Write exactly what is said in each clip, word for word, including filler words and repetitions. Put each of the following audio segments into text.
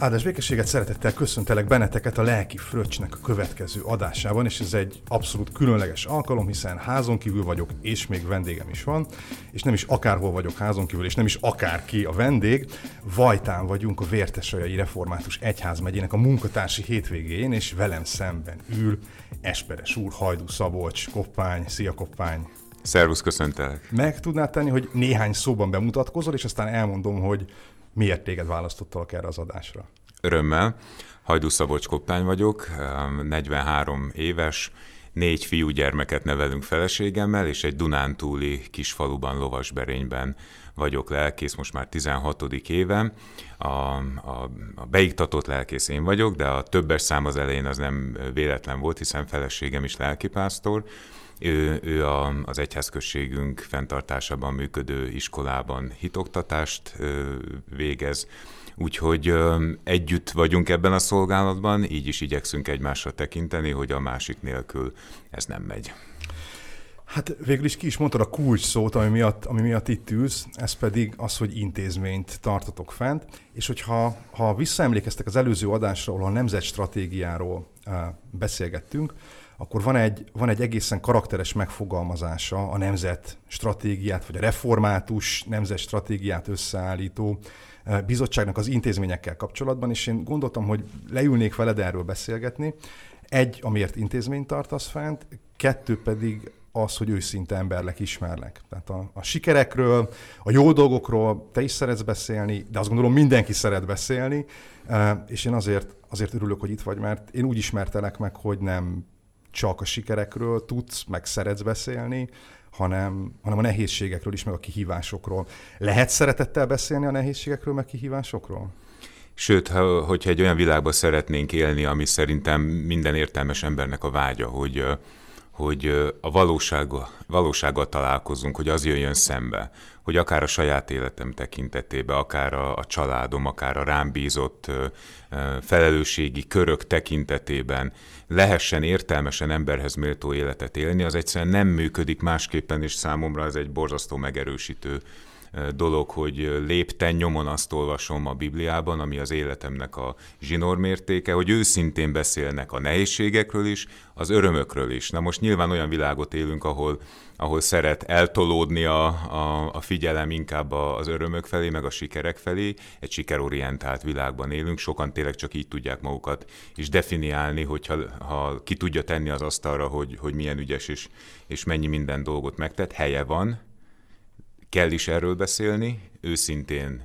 Áldás békességet, szeretettel köszöntelek benneteket a Lelki Fröccsnek a következő adásában, és ez egy abszolút különleges alkalom, hiszen házon kívül vagyok, és még vendégem is van, és nem is akárhol vagyok házon kívül, és nem is akárki a vendég. Vajtán vagyunk a Vértesajai Református Egyházmegyének a munkatársi hétvégén, és velem szemben ül Esperes úr, Hajdú Szabolcs, Koppány. Szia, Koppány! Szervusz, köszöntelek! Meg tudnád tenni, hogy néhány szóban bemutatkozol, és aztán elmondom, hogy miért téged választottalak erre az adásra? Örömmel. Hajdú Szabolcs Koppány vagyok, negyvenhárom éves, négy fiúgyermeket nevelünk feleségemmel, és egy dunántúli kisfaluban, Lovasberényben vagyok lelkész, most már tizenhatodik éve. A, a, a beiktatott lelkész én vagyok, de a többes szám az elején az nem véletlen volt, hiszen feleségem is lelkipásztor. Ő, ő a, az egyházközségünk fenntartásában működő iskolában hitoktatást ö, végez, úgyhogy ö, együtt vagyunk ebben a szolgálatban, így is igyekszünk egymásra tekinteni, hogy a másik nélkül ez nem megy. Hát végül is ki is mondtad a kulcs szót, ami miatt, ami miatt itt ülsz, ez pedig az, hogy intézményt tartatok fent, és hogyha ha visszaemlékeztek az előző adásra, ahol a nemzetstratégiáról uh, beszélgettünk, akkor van egy, van egy egészen karakteres megfogalmazása a nemzetstratégiát, vagy a református nemzetstratégiát összeállító bizottságnak az intézményekkel kapcsolatban, és én gondoltam, hogy leülnék veled erről beszélgetni. Egy, amiért intézményt tartasz fent, kettő pedig az, hogy őszinte emberlek, ismerlek. Tehát a, a sikerekről, a jó dolgokról te is szeretsz beszélni, de azt gondolom mindenki szeret beszélni, és én azért, azért örülök, hogy itt vagy, mert én úgy ismertelek meg, hogy nem csak a sikerekről tudsz, meg szeretsz beszélni, hanem, hanem a nehézségekről is, meg a kihívásokról. Lehet szeretettel beszélni a nehézségekről, meg kihívásokról? Sőt, ha, hogyha egy olyan világban szeretnénk élni, ami szerintem minden értelmes embernek a vágya, hogy, hogy a valósággal, valósággal találkozunk, hogy az jöjjön szembe, hogy akár a saját életem tekintetében, akár a, a családom, akár a rám bízott felelősségi körök tekintetében lehessen értelmesen emberhez méltó életet élni, az egyszerűen nem működik másképpen, és számomra ez egy borzasztó megerősítő dolog, hogy lépten nyomon azt olvasom a Bibliában, ami az életemnek a zsinórmértéke, hogy őszintén beszélnek a nehézségekről is, az örömökről is. Na most nyilván olyan világot élünk, ahol, ahol szeret eltolódni a, a, a figyelem inkább az örömök felé, meg a sikerek felé. Egy sikerorientált világban élünk, sokan tényleg csak így tudják magukat is definiálni, hogyha ha ki tudja tenni az asztalra, hogy, hogy milyen ügyes és, és mennyi minden dolgot megtett. Helye van, kell is erről beszélni, őszintén,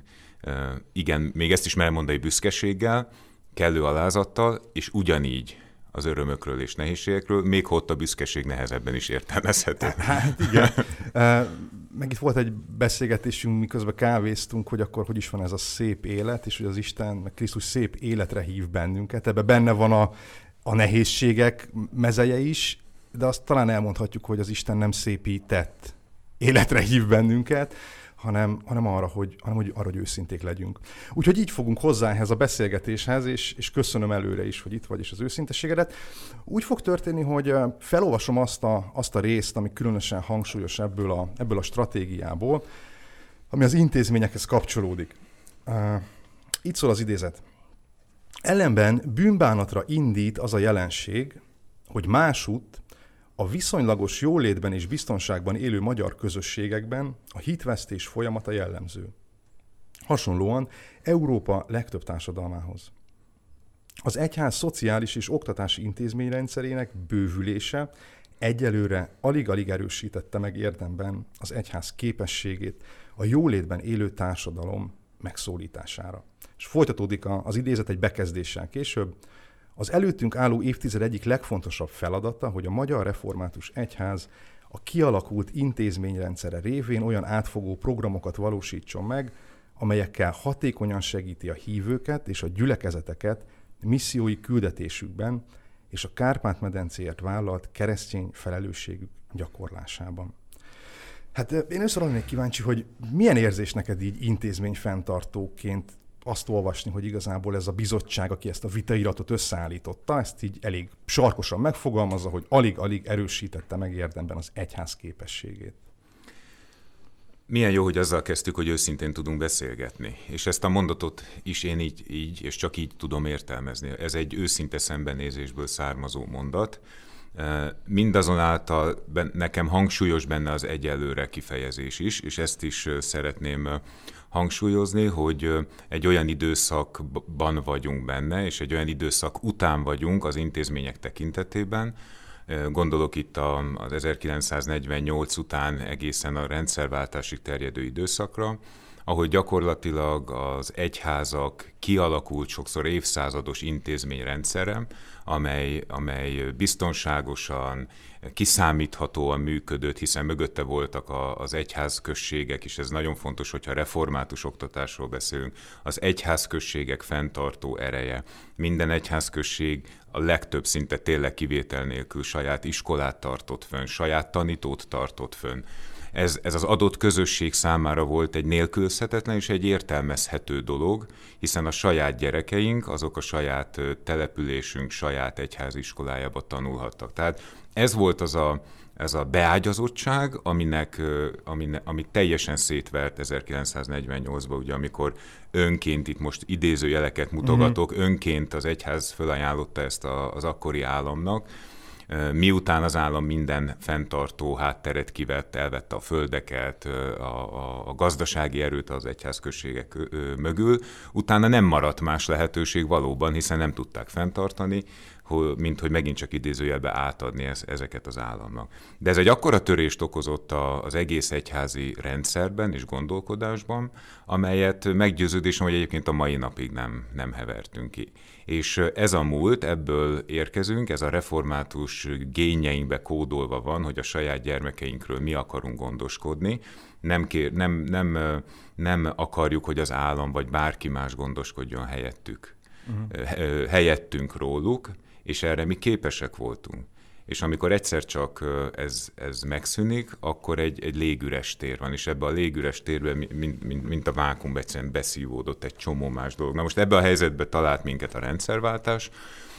igen, még ezt is elmondani büszkeséggel, kellő alázattal, és ugyanígy az örömökről és nehézségekről, még ott a büszkeség nehezebben is értelmezhető. Hát igen. Meg itt volt egy beszélgetésünk, miközben kávéztunk, hogy akkor hogy is van ez a szép élet, és hogy az Isten, meg Krisztus szép életre hív bennünket. Ebben benne van a, a nehézségek mezeje is, de azt talán elmondhatjuk, hogy az Isten nem szépített életre hív bennünket, hanem, hanem, arra, hogy, hanem hogy arra, hogy őszinték legyünk. Úgyhogy így fogunk hozzá ehhez a beszélgetéshez, és, és köszönöm előre is, hogy itt vagy, és az őszinteségedet. Úgy fog történni, hogy felolvasom azt a, azt a részt, ami különösen hangsúlyos ebből a, ebből a stratégiából, ami az intézményekhez kapcsolódik. Uh, itt szól az idézet. Ellenben bűnbánatra indít az a jelenség, hogy másutt a viszonylagos jólétben és biztonságban élő magyar közösségekben a hitvesztés folyamata jellemző. Hasonlóan Európa legtöbb társadalmához. Az egyház szociális és oktatási intézményrendszerének bővülése egyelőre alig-alig erősítette meg érdemben az egyház képességét a jólétben élő társadalom megszólítására. És folytatódik az idézet egy bekezdéssel később. Az előttünk álló évtized egyik legfontosabb feladata, hogy a Magyar Református Egyház a kialakult intézményrendszere révén olyan átfogó programokat valósítson meg, amelyekkel hatékonyan segíti a hívőket és a gyülekezeteket missziói küldetésükben és a Kárpát-medencéért vállalt keresztény felelősségük gyakorlásában. Hát én először lennék kíváncsi, hogy milyen érzés neked így intézményfenntartóként azt olvasni, hogy igazából ez a bizottság, aki ezt a vitairatot összeállította, ezt így elég sarkosan megfogalmazza, hogy alig-alig erősítette meg érdemben az egyház képességét. Milyen jó, hogy azzal kezdtük, hogy őszintén tudunk beszélgetni. És ezt a mondatot is én így, így és csak így tudom értelmezni. Ez egy őszinte szembenézésből származó mondat. Mindazonáltal nekem hangsúlyos benne az egyelőre kifejezés is, és ezt is szeretném hangsúlyozni, hogy egy olyan időszakban vagyunk benne, és egy olyan időszak után vagyunk az intézmények tekintetében. Gondolok itt az ezerkilencszáznegyvennyolc után egészen a rendszerváltásig terjedő időszakra, ahol gyakorlatilag az egyházak kialakult sokszor évszázados intézményrendszere, amely, amely biztonságosan, kiszámíthatóan működött, hiszen mögötte voltak a, az egyházközségek, és ez nagyon fontos, hogyha református oktatásról beszélünk, az egyházközségek fenntartó ereje. Minden egyházközség a legtöbb szinte tényleg kivétel nélkül saját iskolát tartott fönn, saját tanítót tartott fönn. Ez, ez az adott közösség számára volt egy nélkülözhetetlen és egy értelmezhető dolog, hiszen a saját gyerekeink, azok a saját településünk, saját egyháziskolájába tanulhattak. Tehát ez volt az a, ez a beágyazottság, aminek, aminek, amit teljesen szétvert ezerkilencszáznegyvennyolcban, ugye, amikor önként, itt most idézőjeleket mutogatok, mm-hmm. önként az egyház fölajánlotta ezt a, az akkori államnak, miután az állam minden fenntartó hátteret kivett, elvette a földeket, a, a, a gazdasági erőt az egyházközségek mögül, utána nem maradt más lehetőség valóban, hiszen nem tudták fenntartani, mint hogy megint csak idézőjelbe átadni ez, ezeket az államnak. De ez egy akkora törést okozott az egész egyházi rendszerben és gondolkodásban, amelyet meggyőződésem, hogy egyébként a mai napig nem, nem hevertünk ki. És ez a múlt, ebből érkezünk, ez a református génjeinkbe kódolva van, hogy a saját gyermekeinkről mi akarunk gondoskodni. Nem, kér, nem, nem, nem akarjuk, hogy az állam vagy bárki más gondoskodjon helyettük, uh-huh. helyettünk róluk, és erre mi képesek voltunk. És amikor egyszer csak ez, ez megszűnik, akkor egy, egy légüres tér van, és ebben a légüres térben, mint, mint, mint a vákuum, egyszerűen beszívódott egy csomó más dolog. Na most ebben a helyzetben talált minket a rendszerváltás,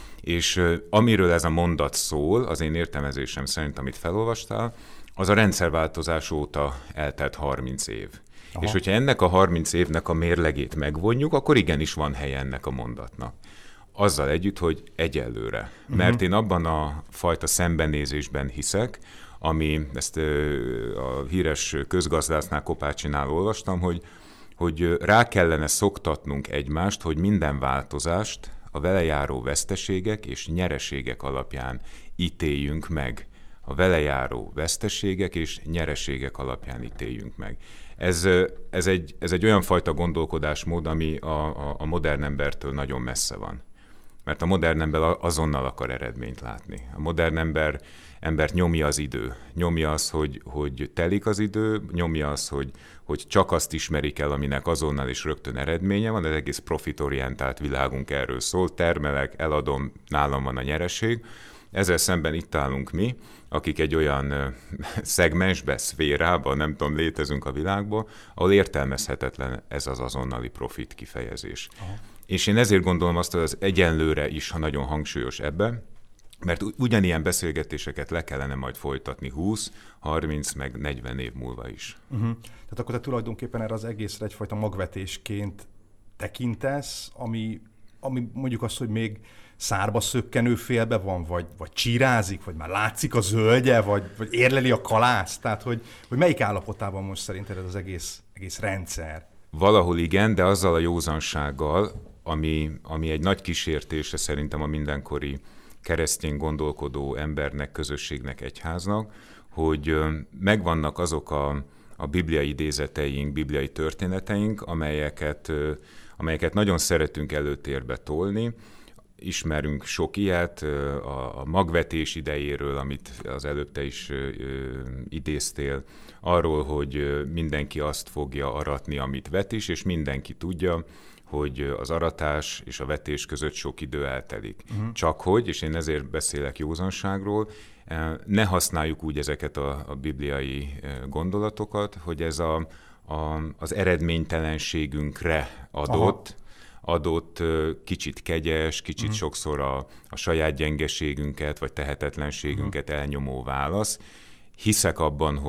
és amiről ez a mondat szól, az én értelmezésem szerint, amit felolvastál, az a rendszerváltozás óta eltelt harminc év. Aha. És hogyha ennek a harminc évnek a mérlegét megvonjuk, akkor igenis van helye ennek a mondatnak. Azzal együtt, hogy egyelőre. Uh-huh. Mert én abban a fajta szembenézésben hiszek, ami ezt a híres közgazdásznál, Kopácsinál olvastam, hogy, hogy rá kellene szoktatnunk egymást, hogy minden változást a vele járó veszteségek és nyereségek alapján ítéljünk meg. A vele járó veszteségek és nyereségek alapján ítéljünk meg. Ez, ez, egy, ez egy olyan fajta gondolkodásmód, ami a, a, a modern embertől nagyon messze van. Mert a modern ember azonnal akar eredményt látni. A modern ember, embert nyomja az idő. Nyomja az, hogy, hogy telik az idő, nyomja az, hogy, hogy csak azt ismerik el, aminek azonnal és rögtön eredménye van. Az egész profitorientált világunk erről szól. Termelek, eladom, nálam van a nyereség. Ezzel szemben itt állunk mi, akik egy olyan szegmensbe, szférában, nem tudom, létezünk a világban, ahol értelmezhetetlen ez az azonnali profit kifejezés. Aha. És én ezért gondolom azt, hogy az egyenlőre is, ha nagyon hangsúlyos ebben, mert ugyanilyen beszélgetéseket le kellene majd folytatni húsz, harminc, meg negyven év múlva is. Uh-huh. Tehát akkor te tulajdonképpen erre az egészre egyfajta magvetésként tekintesz, ami, ami mondjuk azt, hogy még szárba szökkenő félbe van, vagy, vagy csírázik, vagy már látszik a zöldje, vagy, vagy érleli a kalász, tehát hogy, hogy melyik állapotában most szerinted ez az egész, egész rendszer? Valahol igen, de azzal a józansággal, ami, ami egy nagy kísértése szerintem a mindenkori keresztény gondolkodó embernek, közösségnek, egyháznak, hogy megvannak azok a, a bibliai idézeteink, bibliai történeteink, amelyeket, amelyeket nagyon szeretünk előtérbe tolni. Ismerünk sok ilyet, a, a magvetés idejéről, amit az előbb te is ö, idéztél, arról, hogy mindenki azt fogja aratni, amit vet is, és mindenki tudja, hogy az aratás és a vetés között sok idő eltelik. Uh-huh. Csak hogy, és én ezért beszélek józanságról, ne használjuk úgy ezeket a, a bibliai gondolatokat, hogy ez a, a, az eredménytelenségünkre adott, Aha. adott kicsit kegyes, kicsit uh-huh. sokszor a, a saját gyengeségünket vagy tehetetlenségünket uh-huh. elnyomó válasz. Hiszek abban, hogy,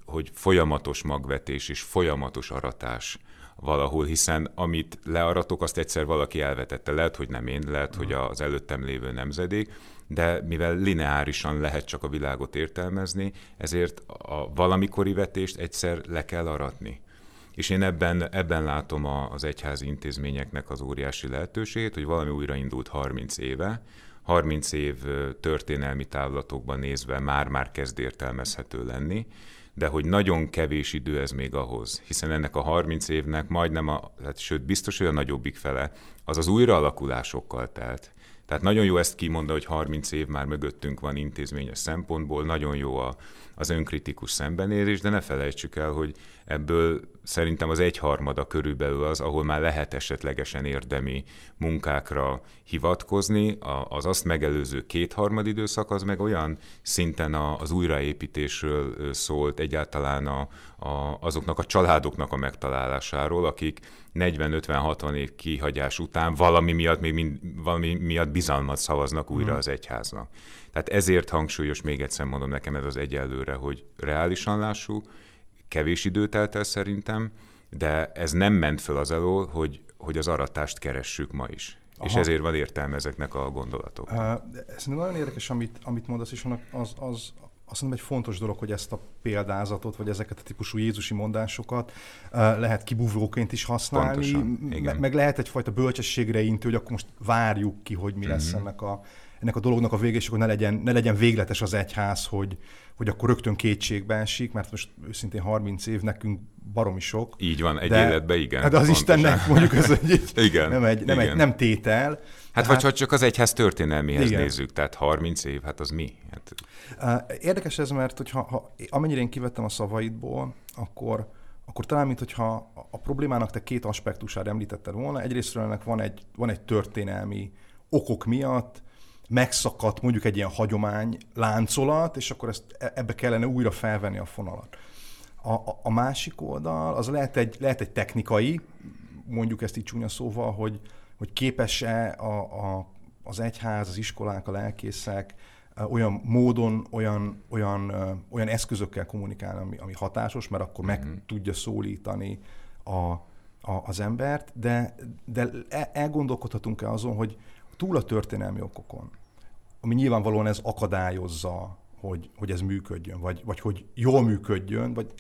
hogy folyamatos magvetés és folyamatos aratás valahol, hiszen amit learatok, azt egyszer valaki elvetette. Lehet, hogy nem én, lehet, hogy az előttem lévő nemzedék, de mivel lineárisan lehet csak a világot értelmezni, ezért a valamikori vetést egyszer le kell aratni. És én ebben, ebben látom az egyházi intézményeknek az óriási lehetőségét, hogy valami újraindult harminc éve, harminc év történelmi távlatokban nézve már-már kezd értelmezhető lenni, de hogy nagyon kevés idő ez még ahhoz, hiszen ennek a harminc évnek majdnem, a, hát sőt biztos, hogy a nagyobbik fele, az az újraalakulásokkal telt. Tehát nagyon jó ezt kimondani, hogy harminc év már mögöttünk van intézményes szempontból, nagyon jó a, az önkritikus szembenézés, de ne felejtsük el, hogy ebből szerintem az egyharmada körülbelül az, ahol már lehet esetlegesen érdemi munkákra hivatkozni, az azt megelőző kétharmad időszak az meg olyan szinten az újraépítésről szólt, egyáltalán a, a, azoknak a családoknak a megtalálásáról, akik negyven-ötven-hatvan év kihagyás után valami miatt, még mind, valami miatt bizalmat szavaznak újra az egyháznak. Tehát ezért hangsúlyos, még egyszer mondom, nekem ez az egyelőre, hogy reálisan lássuk, kevés idő telt el szerintem, de ez nem ment föl az elől, hogy, hogy az aratást keressük ma is. Aha. És ezért van értelme ezeknek a gondolatok. Uh, Szerintem nagyon érdekes, amit, amit mondasz, és az, az azt mondom, egy fontos dolog, hogy ezt a példázatot, vagy ezeket a típusú jézusi mondásokat uh, lehet kibúvóként is használni, me- meg lehet egyfajta bölcsességre intő, hogy akkor most várjuk ki, hogy mi lesz uh-huh. ennek, a, ennek a dolognak a vége, és akkor ne legyen, ne legyen végletes az egyház, hogy, hogy akkor rögtön kétségbe esik, mert most őszintén harminc év nekünk baromi sok. Így van, egy de, életben igen. De az pontosan. Istennek mondjuk ez egy, igen, nem, egy, nem, egy, nem tétel. Hát vagy hát, csak az egyház történelméhez igen. nézzük, tehát harminc év, hát az mi? Hát... Érdekes ez, mert hogyha, ha, amennyire én kivettem a szavaidból, akkor, akkor talán, mint hogyha a problémának te két aspektusára említetted volna. Egyrésztről ennek van egy, van egy történelmi okok miatt, megszakadt mondjuk egy ilyen hagyomány láncolat, és akkor ezt, ebbe kellene újra felvenni a fonalat. A, a, a másik oldal, az lehet egy, lehet egy technikai, mondjuk ezt így csúnya szóval, hogy, hogy képes-e a, a, az egyház, az iskolák, a lelkészek olyan módon, olyan, olyan, olyan eszközökkel kommunikálni, ami, ami hatásos, mert akkor meg mm-hmm. tudja szólítani a, a, az embert, de, de elgondolkodhatunk-e azon, hogy túl a történelmi okokon, ami nyilvánvalóan ez akadályozza, hogy, hogy ez működjön, vagy, vagy hogy jól működjön, vagy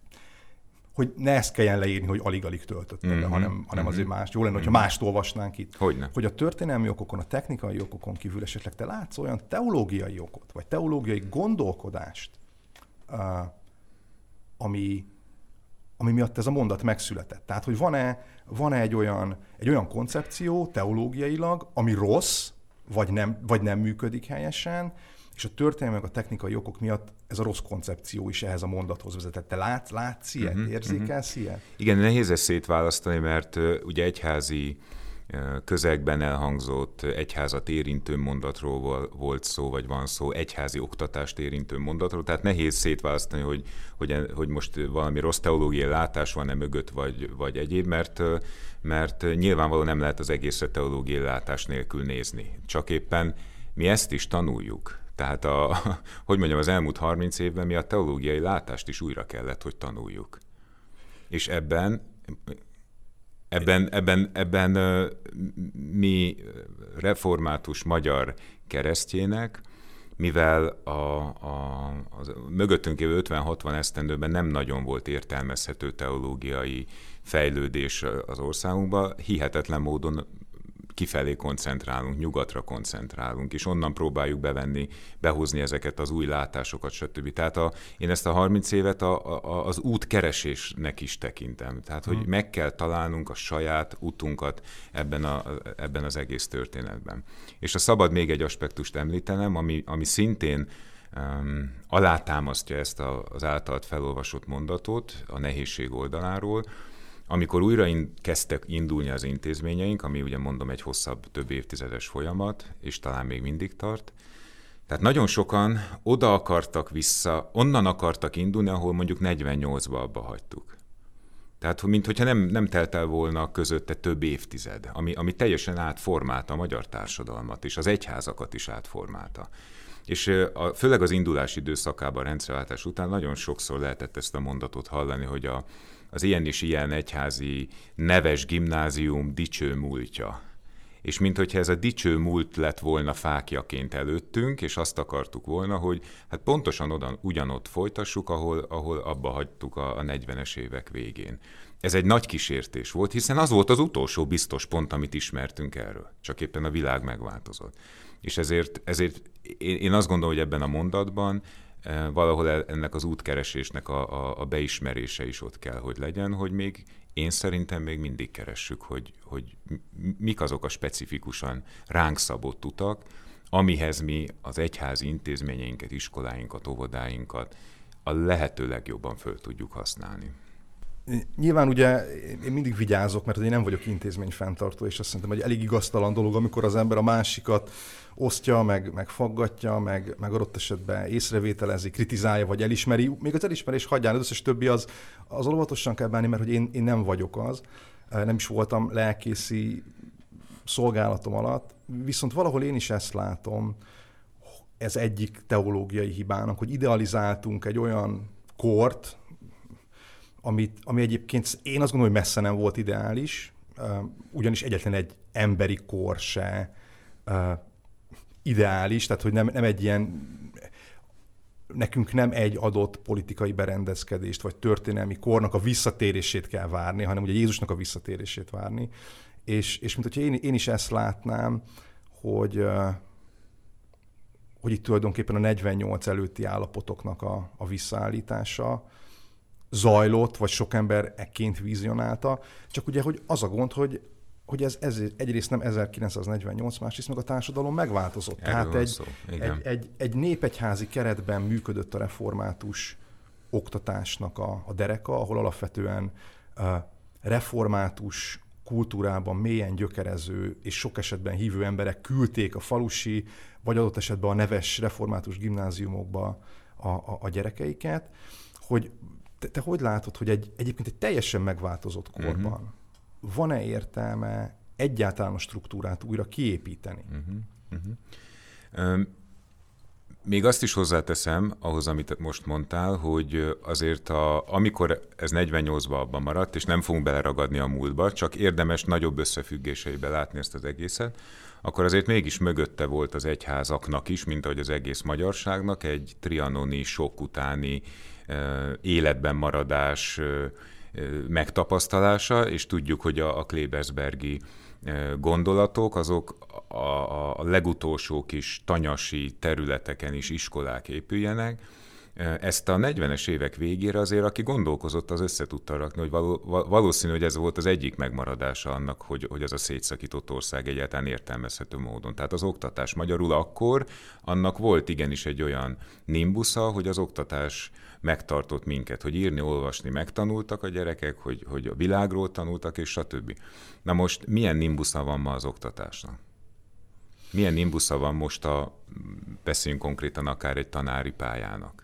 hogy ne ezt kelljen leírni, hogy alig-alig töltöttem mm-hmm. be, hanem, hanem mm-hmm. azért más. Jó lenne, hogyha mást olvasnánk itt. Hogyne. Hogy a történelmi okokon, a technikai okokon kívül esetleg te látsz olyan teológiai okot, vagy teológiai gondolkodást, uh, ami, ami miatt ez a mondat megszületett. Tehát, hogy van-e, van-e egy, olyan, egy olyan koncepció teológiailag, ami rossz, vagy nem, vagy nem működik helyesen, és a történelmi, a technikai okok miatt ez a rossz koncepció is ehhez a mondathoz vezetett. Te látsz, látsz ilyet? Uh-huh, érzékelsz uh-huh. ilyet? Igen, nehéz ezt szétválasztani, mert uh, ugye egyházi uh, közegben elhangzott egyházat érintő mondatról volt szó, vagy van szó, egyházi oktatást érintő mondatról, tehát nehéz szétválasztani, hogy, hogy, hogy most valami rossz teológiai látás van-e mögött, vagy, vagy egyéb, mert, mert nyilvánvalóan nem lehet az egészre teológiai látás nélkül nézni. Csak éppen mi ezt is tanuljuk. Tehát, a, hogy mondjam, az elmúlt harminc évben mi a teológiai látást is újra kellett, hogy tanuljuk. És ebben, ebben, ebben, ebben mi református magyar keresztjének, mivel a, a, a mögöttünk évő ötven-hatvan esztendőben nem nagyon volt értelmezhető teológiai fejlődés az országunkban, hihetetlen módon kifelé koncentrálunk, nyugatra koncentrálunk, és onnan próbáljuk bevenni, behozni ezeket az új látásokat, stb. Tehát a, én ezt a harminc évet a, a, az útkeresésnek is tekintem. Tehát, hogy hmm. meg kell találnunk a saját utunkat ebben, a, ebben az egész történetben. És a szabad még egy aspektust említenem, ami, ami szintén um, alátámasztja ezt a, az általad felolvasott mondatot a nehézség oldaláról, amikor újra kezdtek indulni az intézményeink, ami ugye mondom egy hosszabb, több évtizedes folyamat, és talán még mindig tart, tehát nagyon sokan oda akartak vissza, onnan akartak indulni, ahol mondjuk negyvennyolcban abba hagytuk. Tehát, minthogyha nem, nem telt el volna közötte több évtized, ami, ami teljesen átformálta a magyar társadalmat, és az egyházakat is átformálta. És a, főleg az indulási időszakában, a rendszerváltás után nagyon sokszor lehetett ezt a mondatot hallani, hogy a, az ilyen és ilyen egyházi neves gimnázium dicső múltja. És minthogyha ez a dicső múlt lett volna fákjaként előttünk, és azt akartuk volna, hogy hát pontosan oda, ugyanott folytassuk, ahol, ahol abba hagytuk a, a negyvenes évek végén. Ez egy nagy kísértés volt, hiszen az volt az utolsó biztos pont, amit ismertünk erről. Csak éppen a világ megváltozott. És ezért, ezért én azt gondolom, hogy ebben a mondatban valahol ennek az útkeresésnek a, a, a beismerése is ott kell, hogy legyen, hogy még én szerintem még mindig keressük, hogy, hogy mik azok a specifikusan ránk szabott utak, amihez mi az egyházi intézményeinket, iskoláinkat, óvodáinkat a lehető legjobban föl tudjuk használni. Nyilván ugye én mindig vigyázok, mert én nem vagyok intézményfenntartó, és azt szerintem, hogy elég igaztalan dolog, amikor az ember a másikat osztja, meg, meg faggatja, meg, meg adott esetben észrevételezi, kritizálja, vagy elismeri. Még az elismerés hagyján, az összes többi az, az óvatosan kell bánni, mert hogy én, én nem vagyok az. Nem is voltam lelkészi szolgálatom alatt. Viszont valahol én is ezt látom, ez egyik teológiai hibának, hogy idealizáltunk egy olyan kort, Amit, ami egyébként én azt gondolom, hogy messze nem volt ideális, ugyanis egyetlen egy emberi kor se ideális, tehát hogy nem, nem egy ilyen, nekünk nem egy adott politikai berendezkedést, vagy történelmi kornak a visszatérését kell várni, hanem ugye Jézusnak a visszatérését várni. És, és mint hogyha én, én is ezt látnám, hogy, hogy itt tulajdonképpen a negyvennyolc előtti állapotoknak a, a visszaállítása zajlott, vagy sok ember ekként vizionálta, csak ugye, hogy az a gond, hogy, hogy ez, ez egyrészt nem ezerkilencszáznegyvennyolc, másrészt meg a társadalom megváltozott. Erről Tehát egy, egy, egy, egy népegyházi keretben működött a református oktatásnak a, a dereka, ahol alapvetően uh, református kultúrában mélyen gyökerező és sok esetben hívő emberek küldték a falusi, vagy adott esetben a neves református gimnáziumokba a, a, a gyerekeiket, hogy Te, te hogy látod, hogy egy, egyébként egy teljesen megváltozott korban uh-huh. van-e értelme egyáltalán a struktúrát újra kiépíteni? Uh-huh. Uh-huh. Um, még azt is hozzáteszem ahhoz, amit most mondtál, hogy azért a, amikor ez negyvennyolcban abban maradt, és nem fogunk beleragadni a múltba, csak érdemes nagyobb összefüggéseibe látni ezt az egészet, akkor azért mégis mögötte volt az egyházaknak is, mint ahogy az egész magyarságnak, egy trianoni sok utáni életben maradás megtapasztalása, és tudjuk, hogy a, a Klebersbergi gondolatok, azok a, a legutolsó kis tanyasi területeken is iskolák épüljenek. Ezt a negyvenes évek végére azért, aki gondolkozott, az össze tudta rakni, hogy való, valószínű, hogy ez volt az egyik megmaradása annak, hogy, hogy ez a szétszakított ország egyáltalán értelmezhető módon. Tehát az oktatás magyarul akkor, annak volt igenis egy olyan nimbusza, hogy az oktatás megtartott minket, hogy írni, olvasni megtanultak a gyerekek, hogy, hogy a világról tanultak, és stb. Na most milyen nimbusza van ma az oktatásnak? Milyen nimbusza van most a, beszéljünk konkrétan akár egy tanári pályának?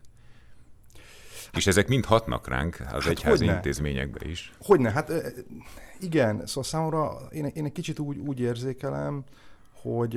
És ezek mind hatnak ránk az hát egyházi hogyne. intézményekbe is. Hogyne, hát igen, szóval számomra én, én egy kicsit úgy, úgy érzékelem, hogy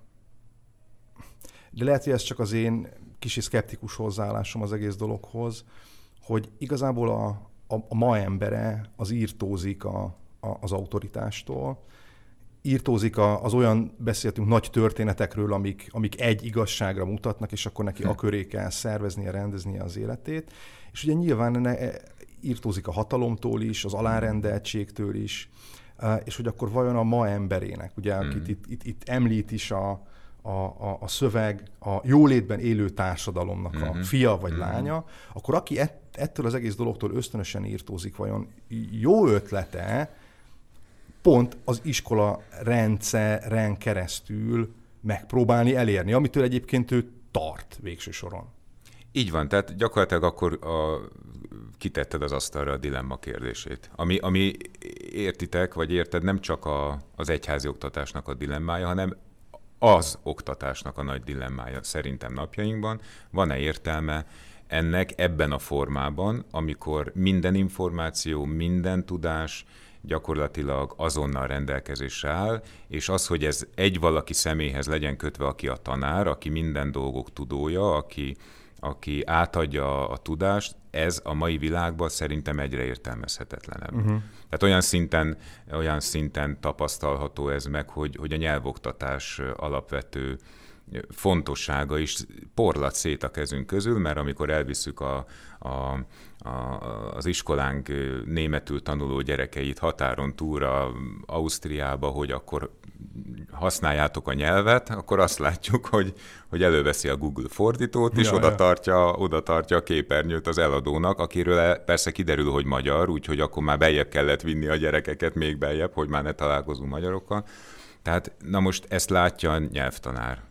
de lehet, hogy ez csak az én kicsi szkeptikus hozzáállásom az egész dologhoz, hogy igazából a, a, a ma embere az írtózik a, a, az autoritástól, írtózik a, az olyan, beszéltünk nagy történetekről, amik, amik egy igazságra mutatnak, és akkor neki hm. a köré kell szerveznie, rendeznie az életét. És ugye nyilván ne, írtózik a hatalomtól is, az alárendeltségtől is, és hogy akkor vajon a ma emberének, ugye, hm. akit itt, itt, itt említ is a, a, a, a szöveg, a jólétben élő társadalomnak hm. a fia vagy hm. lánya, akkor aki ett, ettől az egész dologtól ösztönösen írtózik, vajon jó ötlete pont az iskola rendszeren keresztül megpróbálni elérni, amitől egyébként ő tart végső soron. Így van, tehát gyakorlatilag akkor a, kitetted az asztalra a dilemma kérdését. Ami, ami értitek, vagy érted, nem csak a, az egyházi oktatásnak a dilemmája, hanem az oktatásnak a nagy dilemmája szerintem napjainkban. Van-e értelme ennek ebben a formában, amikor minden információ, minden tudás gyakorlatilag azonnal rendelkezésre áll, és az, hogy ez egy valaki személyhez legyen kötve, aki a tanár, aki minden dolgok tudója, aki, aki átadja a tudást, ez a mai világban szerintem egyre értelmezhetetlenebb. Uh-huh. Tehát olyan szinten, olyan szinten tapasztalható ez meg, hogy, hogy a nyelvoktatás alapvető fontossága is porlad szét a kezünk közül, mert amikor elviszük a, a, a, az iskolánk németül tanuló gyerekeit határon túlra Ausztriába, hogy akkor használjátok a nyelvet, akkor azt látjuk, hogy, hogy előveszi a Google fordítót, és ja, oda, tartja, oda tartja a képernyőt az eladónak, akiről persze kiderül, hogy magyar, úgyhogy akkor már beljebb kellett vinni a gyerekeket, még beljebb, hogy már ne találkozunk magyarokkal. Tehát na most ezt látja a nyelvtanár.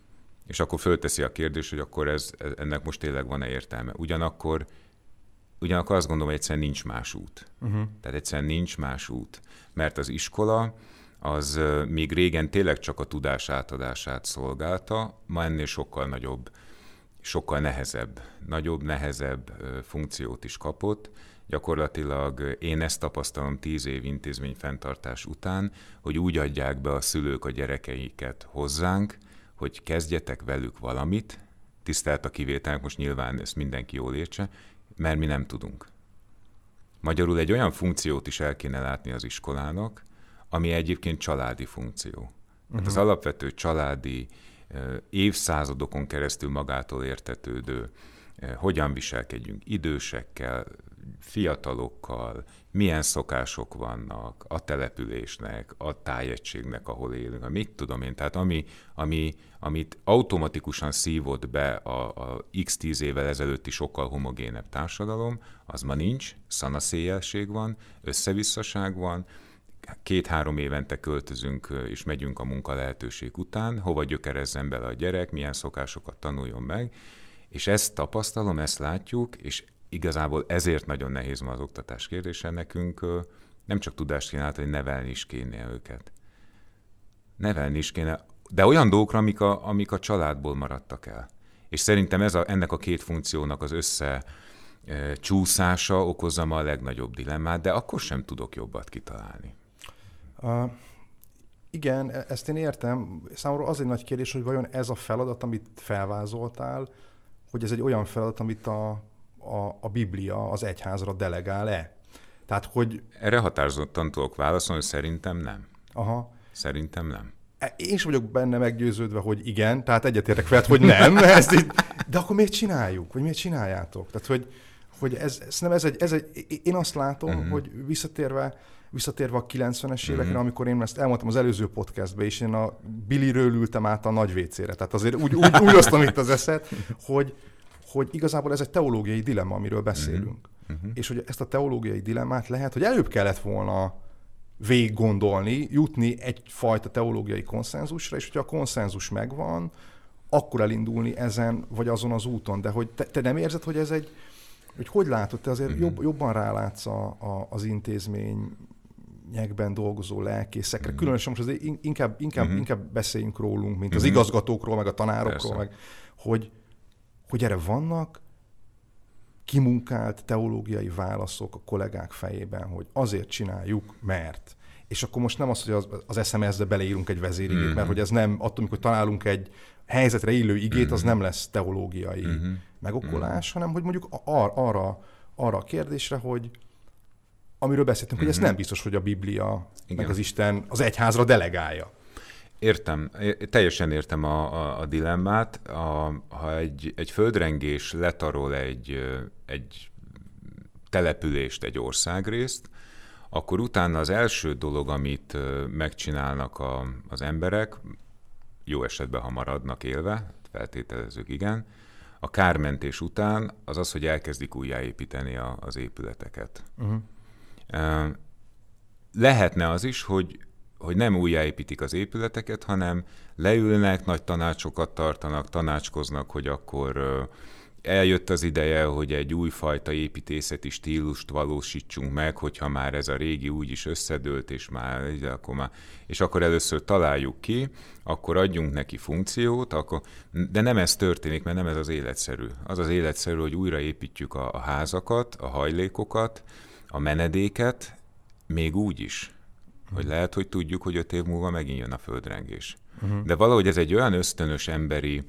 És akkor fölteszi a kérdést, hogy akkor ez, ennek most tényleg van-e értelme. Ugyanakkor, ugyanakkor azt gondolom, hogy egyszerűen nincs más út. Uh-huh. Tehát egyszerűen nincs más út. Mert az iskola az még régen tényleg csak a tudás átadását szolgálta, ma ennél sokkal nagyobb, sokkal nehezebb, nagyobb, nehezebb funkciót is kapott. Gyakorlatilag én ezt tapasztalom tíz év intézményfenntartás után, hogy úgy adják be a szülők a gyerekeiket hozzánk, hogy kezdjetek velük valamit, tisztelt a kivételnek, most nyilván ezt mindenki jól értse, mert mi nem tudunk. Magyarul egy olyan funkciót is el kéne látni az iskolának, ami egyébként családi funkció. Uh-huh. Hát az alapvető családi, évszázadokon keresztül magától értetődő, hogyan viselkedjünk idősekkel, fiatalokkal, milyen szokások vannak a településnek, a tájegységnek, ahol élünk, mit tudom én. Tehát ami, ami, amit automatikusan szívott be a, a x tíz évvel ezelőtti sokkal homogénebb társadalom, az ma nincs, szanaszéjjelség van, összevisszaság van, két-három évente költözünk és megyünk a munka lehetőség után, hova gyökerezzen bele a gyerek, milyen szokásokat tanuljon meg, és ezt tapasztalom, ezt látjuk, és igazából ezért nagyon nehéz ma az oktatás kérdése nekünk, nem csak tudást kéne átadni, nevelni is kéne őket. Nevelni is kéne, de olyan dolgokra, amik a, amik a családból maradtak el. És szerintem ez a, ennek a két funkciónak az össze e, csúszása okozza ma a legnagyobb dilemmát, de akkor sem tudok jobbat kitalálni. Uh, igen, ezt én értem. Számomra az egy nagy kérdés, hogy vajon ez a feladat, amit felvázoltál, hogy ez egy olyan feladat, amit a, a, a Biblia az egyházra delegál-e? Tehát, hogy... Erre határozottan tudok válaszolni, hogy szerintem nem. Aha. Szerintem nem. Én is vagyok benne meggyőződve, hogy igen, tehát egyetértek veled, hogy nem, ezt így, de akkor miért csináljuk? Vagy miért csináljátok? Tehát, hogy, hogy ez, ez, nem, ez, egy, ez egy... Én azt látom, uh-huh. hogy visszatérve, visszatérve a kilencvenes évekre, uh-huh. amikor én ezt elmondtam az előző podcastbe, és én a Billyről ültem át a nagy vécére. Tehát azért úgy, úgy, úgy osztom itt az eszet, hogy, hogy igazából ez egy teológiai dilemma, amiről beszélünk. Uh-huh. És hogy ezt a teológiai dilemmát lehet, hogy előbb kellett volna végig gondolni, jutni egyfajta teológiai konszenzusra, és hogyha a konszenzus megvan, akkor elindulni ezen, vagy azon az úton. De hogy te, te nem érzed, hogy ez egy, hogy hogy látod, te azért uh-huh. jobb, jobban rálátsz a, a, az intézményekben dolgozó lelkészekre. Uh-huh. Különösen most azért inkább, inkább, uh-huh. inkább beszéljünk rólunk, mint uh-huh. az igazgatókról, meg a tanárokról, meg, hogy, hogy erre vannak kimunkált teológiai válaszok a kollégák fejében, hogy azért csináljuk, mert. És akkor most nem az, hogy az, az es em es-be beleírunk egy vezérigét, mm-hmm. mert hogy ez nem, attól, amikor találunk egy helyzetre illő igét, mm-hmm. az nem lesz teológiai mm-hmm. megokkolás, mm-hmm. hanem hogy mondjuk ar- arra, arra a kérdésre, hogy amiről beszéltünk, mm-hmm. hogy ez nem biztos, hogy a Biblia, igen. meg az Isten az egyházra delegálja. Értem, teljesen értem a, a, a dilemmát. A, ha egy, egy földrengés letarol egy, egy települést, egy országrészt, akkor utána az első dolog, amit megcsinálnak a, az emberek, jó esetben, ha maradnak élve, feltételezzük, igen, a kármentés után az az, hogy elkezdik újjáépíteni a, az épületeket. Uh-huh. Lehetne az is, hogy hogy nem újjáépítik az épületeket, hanem leülnek, nagy tanácsokat tartanak, tanácskoznak, hogy akkor eljött az ideje, hogy egy újfajta építészeti stílust valósítsunk meg, hogyha már ez a régi úgyis összedőlt, és már, akkor már, és akkor először találjuk ki, akkor adjunk neki funkciót, akkor, de nem ez történik, mert nem ez az életszerű. Az az életszerű, hogy újraépítjük a, a házakat, a hajlékokat, a menedéket, még úgy is, hogy lehet, hogy tudjuk, hogy öt év múlva megint jön a földrengés. Uh-huh. De valahogy ez egy olyan ösztönös emberi,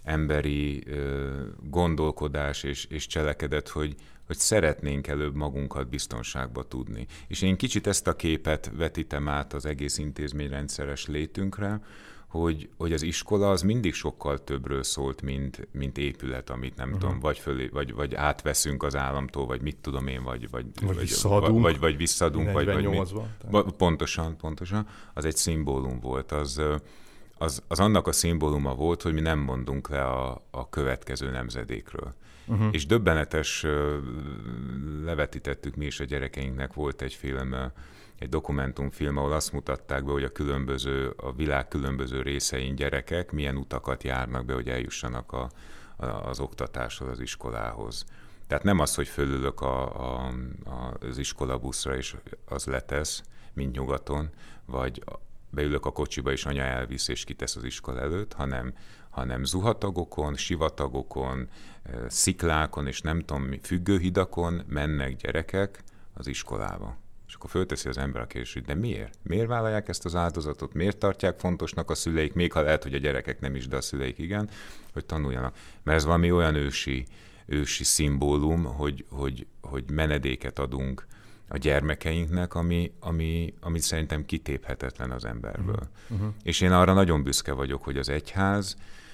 emberi ö, gondolkodás és, és cselekedet, hogy, hogy szeretnénk előbb magunkat biztonságba tudni. És én kicsit ezt a képet vetítem át az egész intézményrendszeres létünkre, hogy, hogy az iskola az mindig sokkal többről szólt, mint, mint épület, amit nem uh-huh. tudom, vagy, fölé, vagy, vagy átveszünk az államtól, vagy mit tudom én, vagy, vagy, vagy visszaadunk, vagy, vagy, visszaadunk, vagy, vagy mi. Tehát. Pontosan, pontosan. Az egy szimbólum volt. Az, az, az annak a szimbóluma volt, hogy mi nem mondunk le a, a következő nemzedékről. Uh-huh. És döbbenetes, levetítettük mi is a gyerekeinknek, volt egy film, egy dokumentumfilm, ahol azt mutatták be, hogy a különböző, a világ különböző részein gyerekek milyen utakat járnak be, hogy eljussanak a, a, az oktatáshoz, az iskolához. Tehát nem az, hogy fölülök a, a, a, az iskolabuszra, és az letesz, mint nyugaton, vagy beülök a kocsiba, és anya elvisz, és kitesz az iskola előtt, hanem, hanem zuhatagokon, sivatagokon, sziklákon, és nem tudom, függőhidakon mennek gyerekek az iskolába. És akkor fölteszi az ember a kérdést, hogy de miért? Miért vállalják ezt az áldozatot? Miért tartják fontosnak a szüleik, még ha lehet, hogy a gyerekek nem is, de a szüleik igen, hogy tanuljanak. Mert ez valami olyan ősi, ősi szimbólum, hogy, hogy, hogy menedéket adunk a gyermekeinknek, ami, ami, ami szerintem kitéphetetlen az emberből. Uh-huh. És én arra nagyon büszke vagyok, hogy az egyház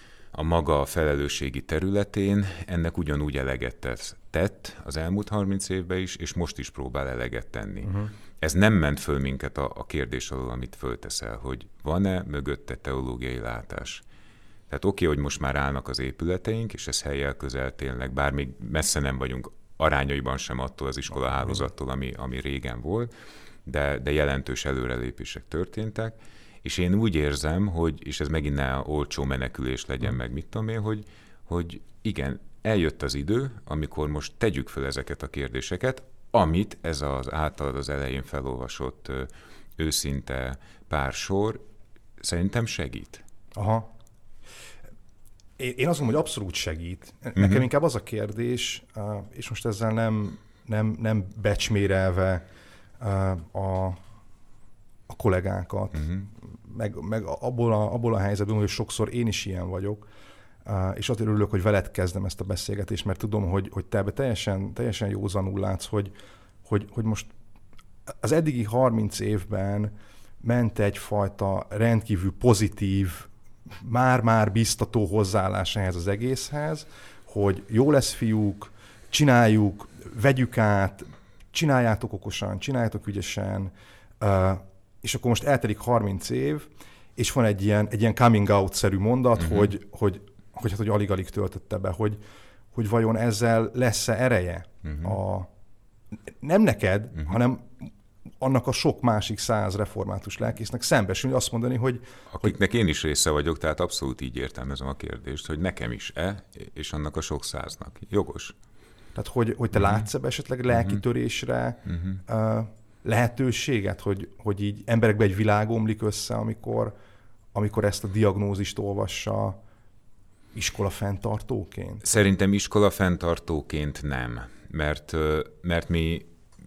a maga felelősségi területén ennek ugyanúgy eleget tett az elmúlt harminc évben is, és most is próbál eleget tenni. Uh-huh. Ez nem ment föl minket a, a kérdés alól, amit fölteszel, hogy van-e mögötte teológiai látás. Tehát oké, okay, hogy most már állnak az épületeink, és ez helyjel közel tényleg, bár még messze nem vagyunk arányaiban sem attól az iskola hálózattól, ami, ami régen volt, de, de jelentős előrelépések történtek, és én úgy érzem, hogy, és ez megint ne olcsó menekülés legyen meg, mit tudom én, hogy, hogy igen, eljött az idő, amikor most tegyük fel ezeket a kérdéseket, amit ez az általad az elején felolvasott ö, őszinte pár sor szerintem segít. Aha. Én azt mondom, hogy abszolút segít. Nekem uh-huh. inkább az a kérdés, és most ezzel nem, nem, nem becsmérelve a, a kollégákat, uh-huh. meg, meg abból, a, abból a helyzetből, hogy sokszor én is ilyen vagyok, és azért örülök, hogy veled kezdem ezt a beszélgetést, mert tudom, hogy, hogy te ebbe teljesen, teljesen józanul látsz, hogy, hogy, hogy most az eddigi harminc évben ment egyfajta rendkívül pozitív, már-már biztató hozzáállás ehhez az egészhez, hogy jó lesz, fiúk, csináljuk, vegyük át, csináljátok okosan, csináljátok ügyesen, és akkor most eltelik harminc év, és van egy ilyen, egy ilyen coming out-szerű mondat, uh-huh. hogy, hogy, hogy, hát, hogy alig-alig töltötte be, hogy, hogy vajon ezzel lesz-e ereje uh-huh. a, nem neked, uh-huh. hanem annak a sok másik száz református lelkésznek szembesülni, azt mondani, hogy... Akiknek hogy... én is része vagyok, tehát abszolút így értelmezem a kérdést, hogy nekem is-e, és annak a sok száznak. Jogos. Tehát, hogy, hogy te uh-huh. látsz ebbe esetleg lelkitörésre uh-huh. uh, lehetőséget, hogy, hogy így emberekben egy világ omlik össze, amikor, amikor ezt a diagnózist olvassa iskola fenntartóként? Szerintem iskola fenntartóként nem, mert, mert mi...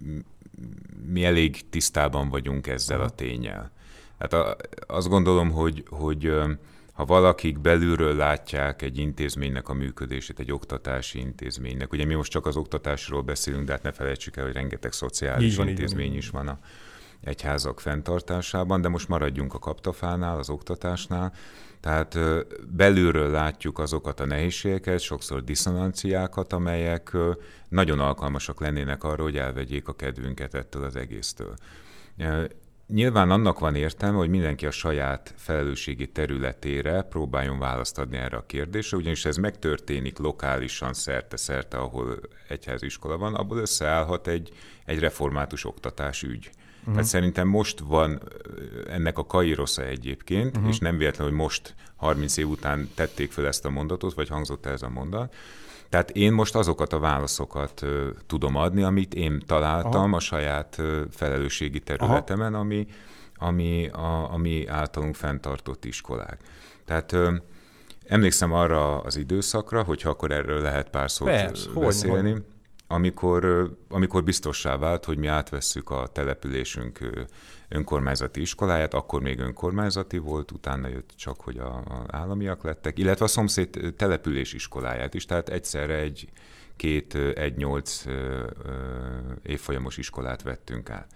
mi elég tisztában vagyunk ezzel a ténnyel. Hát a, azt gondolom, hogy, hogy ha valakik belülről látják egy intézménynek a működését, egy oktatási intézménynek, ugye mi most csak az oktatásról beszélünk, de hát ne felejtsük el, hogy rengeteg szociális van, intézmény van, is van a egyházak fenntartásában, de most maradjunk a kaptafánál, az oktatásnál. Tehát belülről látjuk azokat a nehézségeket, sokszor diszonanciákat, amelyek nagyon alkalmasak lennének arra, hogy elvegyék a kedvünket ettől az egésztől. Nyilván annak van értelme, hogy mindenki a saját felelősségi területére próbáljon választ adni erre a kérdésre, ugyanis ez megtörténik lokálisan, szerte-szerte, ahol egyháziskola van, abból összeállhat egy, egy református oktatás ügy. Uh-huh. Tehát szerintem most van ennek a kairosza egyébként, uh-huh. és nem véletlen, hogy most harminc év után tették föl ezt a mondatot, vagy hangzott el ez a mondat. Tehát én most azokat a válaszokat uh, tudom adni, amit én találtam Aha. a saját uh, felelősségi területemen, ami, ami a, a mi általunk fenntartott iskolák. Tehát uh, emlékszem arra az időszakra, hogyha akkor erről lehet pár szót Persze, beszélni, hogy, amikor, amikor biztossá vált, hogy mi átvesszük a településünk önkormányzati iskoláját, akkor még önkormányzati volt, utána jött csak, hogy az államiak lettek, illetve a szomszéd település iskoláját is, tehát egyszerre egy két, egy nyolc évfolyamos iskolát vettünk át.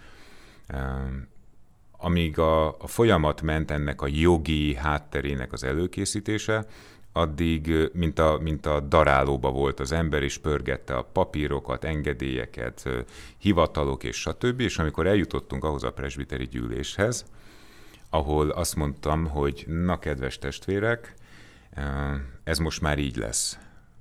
Amíg a, a folyamat ment ennek a jogi hátterének az előkészítése, addig, mint a, mint a darálóba volt az ember, és pörgette a papírokat, engedélyeket, hivatalok és stb. És amikor eljutottunk ahhoz a presbiteri gyűléshez, ahol azt mondtam, hogy na, kedves testvérek, ez most már így lesz.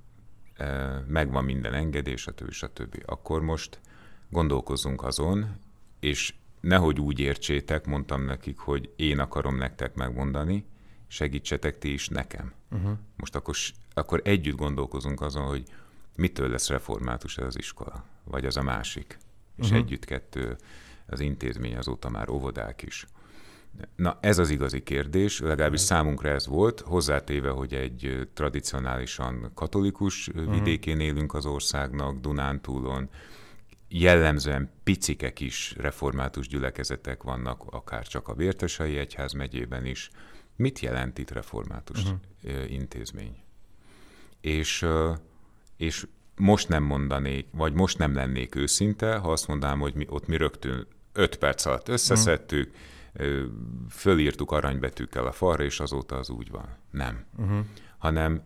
Megvan minden engedély, stb. stb. Akkor most gondolkozzunk azon, és nehogy úgy értsétek, mondtam nekik, hogy én akarom nektek megmondani, segítsetek ti is nekem. Uh-huh. Most akkor, akkor együtt gondolkozunk azon, hogy mitől lesz református ez az iskola, vagy az a másik. És uh-huh. együtt kettő az intézmény, azóta már óvodák is. Na, ez az igazi kérdés, legalábbis uh-huh. számunkra ez volt, hozzátéve, hogy egy tradicionálisan katolikus uh-huh. vidékén élünk az országnak, Dunántúlon, jellemzően picike kis református gyülekezetek vannak, akár csak a Vértesai Egyház megyében is. Mit jelent itt református uh-huh. intézmény? És, és most nem mondanék, vagy most nem lennék őszinte, ha azt mondanám, hogy mi, ott mi rögtön öt perc alatt összeszedtük, uh-huh. fölírtuk aranybetűkkel a falra, és azóta az úgy van. Nem. Uh-huh. Hanem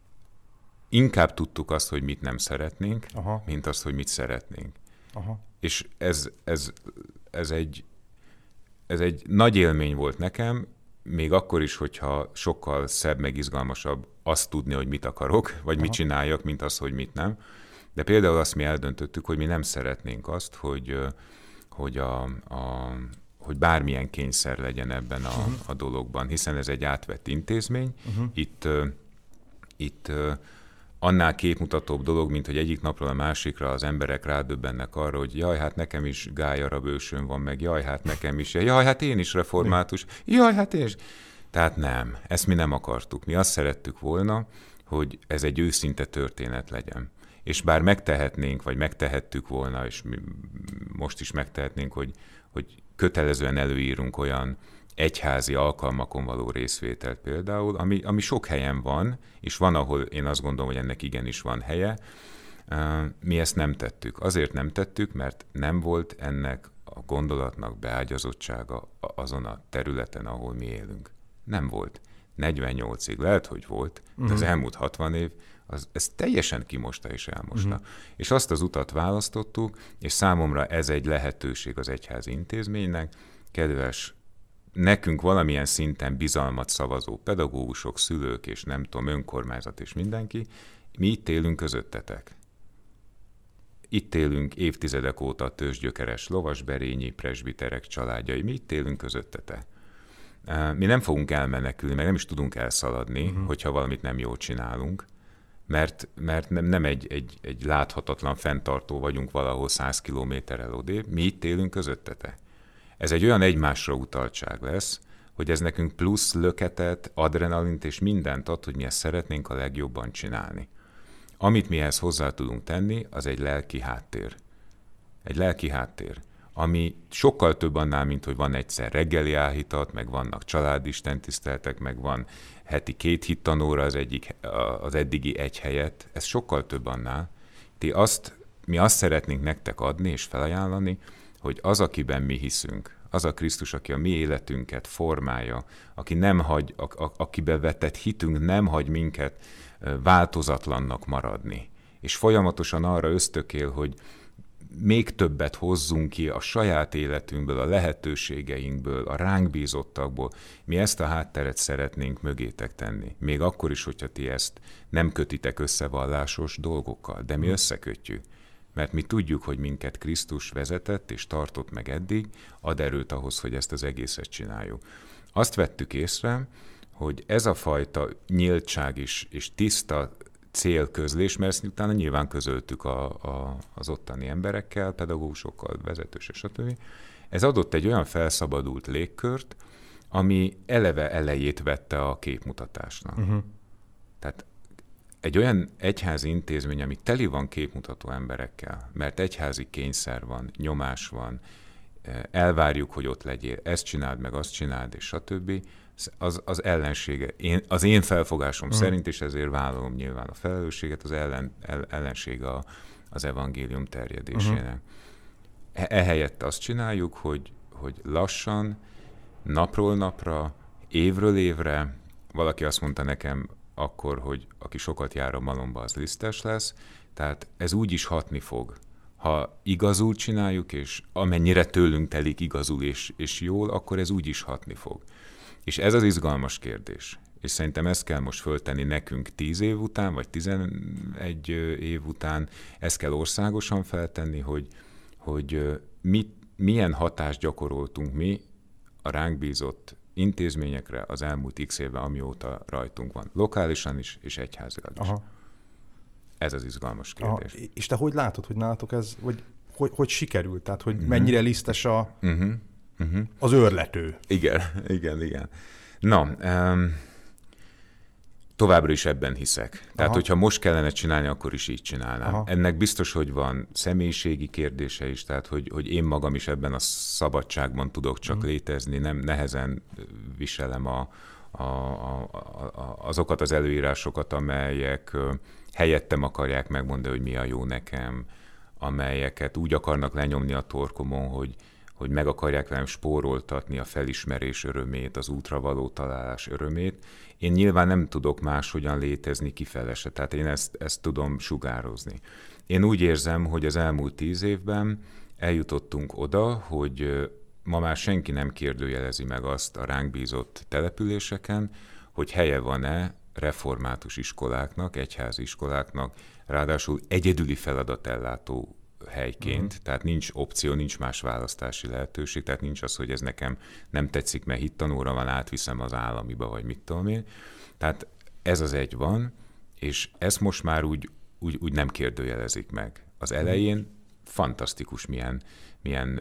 inkább tudtuk azt, hogy mit nem szeretnénk, Aha. mint azt, hogy mit szeretnénk. Aha. És ez, ez, ez, egy, ez egy nagy élmény volt nekem, még akkor is, hogyha sokkal szebb, meg izgalmasabb azt tudni, hogy mit akarok, vagy Aha. mit csináljak, mint az, hogy mit nem. De például azt mi eldöntöttük, hogy mi nem szeretnénk azt, hogy, hogy, a, a, hogy bármilyen kényszer legyen ebben a, uh-huh. a dologban, hiszen ez egy átvett intézmény. Uh-huh. Itt, itt annál képmutatóbb dolog, mint hogy egyik napról a másikra az emberek rádöbbennek arra, hogy jaj, hát nekem is gályarab ősön van, meg jaj, hát nekem is, jaj, hát én is református, jaj, hát én is. Tehát nem, ezt mi nem akartuk. Mi azt szerettük volna, hogy ez egy őszinte történet legyen. És bár megtehetnénk, vagy megtehettük volna, és mi most is megtehetnénk, hogy, hogy kötelezően előírunk olyan egyházi alkalmakon való részvételt például, ami, ami sok helyen van, és van, ahol én azt gondolom, hogy ennek igenis van helye. Mi ezt nem tettük. Azért nem tettük, mert nem volt ennek a gondolatnak beágyazottsága azon a területen, ahol mi élünk. Nem volt. negyvennyolcig lehet, hogy volt, de uh-huh. az elmúlt hatvan év, az, ez teljesen kimosta és elmosta. Uh-huh. És azt az utat választottuk, és számomra ez egy lehetőség az egyházi intézménynek. Kedves, nekünk valamilyen szinten bizalmat szavazó pedagógusok, szülők, és nem tudom, önkormányzat és mindenki, mi itt élünk közöttetek. Itt élünk évtizedek óta tőzsgyökeres lovasberényi presbiterek családjai, mi itt élünk közöttetek. Mi nem fogunk elmenekülni, meg nem is tudunk elszaladni, uh-huh. hogyha valamit nem jól csinálunk, mert, mert nem, nem egy, egy, egy láthatatlan fenntartó vagyunk valahol száz kilométerrel odébb, mi itt élünk közöttetek. Ez egy olyan egymásra utaltság lesz, hogy ez nekünk plusz löketet, adrenalint és mindent ad, hogy mi ezt szeretnénk a legjobban csinálni. Amit mi ehhez hozzá tudunk tenni, az egy lelki háttér. Egy lelki háttér, ami sokkal több annál, mint hogy van egyszer reggeli áhítat, meg vannak családistentiszteletek, meg van heti két hittanóra az, egyik, az eddigi egy helyet. Ez sokkal több annál. Ti azt, mi azt szeretnénk nektek adni és felajánlani, hogy az, akiben mi hiszünk, az a Krisztus, aki a mi életünket formálja, aki nem hagy, a, a, akiben vetett hitünk nem hagy minket változatlannak maradni. És folyamatosan arra ösztökél, hogy még többet hozzunk ki a saját életünkből, a lehetőségeinkből, a ránk bízottakból. Mi ezt a hátteret szeretnénk mögétek tenni. Még akkor is, hogyha ti ezt nem kötitek összevallásos dolgokkal, de mi összekötjük. Mert mi tudjuk, hogy minket Krisztus vezetett és tartott meg eddig, ad erőt ahhoz, hogy ezt az egészet csináljuk. Azt vettük észre, hogy ez a fajta nyíltság is, és tiszta célközlés, mert ezt utána nyilván közöltük a, a, az ottani emberekkel, pedagógusokkal, vezetősök, stb. Ez adott egy olyan felszabadult légkört, ami eleve elejét vette a képmutatásnak. Uh-huh. Tehát egy olyan egyházi intézmény, ami teli van képmutató emberekkel, mert egyházi kényszer van, nyomás van, elvárjuk, hogy ott legyél, ezt csináld meg, azt csináld, és stb., az, az ellensége. Én, az én felfogásom uh-huh. szerint, és ezért vállalom nyilván a felelősséget, az ellen, el, ellensége a, az evangélium terjedésének. Uh-huh. Ehelyett azt csináljuk, hogy, hogy lassan, napról napra, évről évre, valaki azt mondta nekem akkor, hogy aki sokat jár a malomba, az lisztes lesz, tehát ez úgy is hatni fog. Ha igazul csináljuk, és amennyire tőlünk telik igazul és, és jól, akkor ez úgy is hatni fog. És ez az izgalmas kérdés. És szerintem ezt kell most föltenni nekünk tíz év után, vagy tizenegy év után, ezt kell országosan feltenni, hogy, hogy mit, milyen hatást gyakoroltunk mi a ránk bízott intézményekre az elmúlt x évben, amióta rajtunk van. Lokálisan is, és egyházilag is. Aha. Ez az izgalmas kérdés. Aha. És te hogy látod, hogy nálatok ez, vagy hogy, hogy sikerült? Tehát, hogy uh-huh. mennyire lisztes a, uh-huh. Uh-huh. az őrlető? Igen, igen, igen. Na, um, továbbra is ebben hiszek. Tehát, Aha. hogyha most kellene csinálni, akkor is így csinálnám. Aha. Ennek biztos, hogy van személyiségi kérdése is, tehát, hogy, hogy én magam is ebben a szabadságban tudok csak uh-huh. létezni, nem nehezen viselem a, a, a, a, azokat az előírásokat, amelyek helyettem akarják megmondani, hogy mi a jó nekem, amelyeket úgy akarnak lenyomni a torkomon, hogy, hogy meg akarják velem spóroltatni a felismerés örömét, az útra való találás örömét. Én nyilván nem tudok máshogyan létezni kifele se, tehát én ezt, ezt tudom sugározni. Én úgy érzem, hogy az elmúlt tíz évben eljutottunk oda, hogy ma már senki nem kérdőjelezi meg azt a ránk bízott településeken, hogy helye van-e református iskoláknak, egyházi iskoláknak, ráadásul egyedüli feladatellátó helyként, uh-huh. tehát nincs opció, nincs más választási lehetőség, tehát nincs az, hogy ez nekem nem tetszik, mert hittanóra van, átviszem az államiba, vagy mit tudom én. Tehát ez az egy van, és ezt most már úgy, úgy, úgy nem kérdőjelezik meg. Az elején fantasztikus milyen, milyen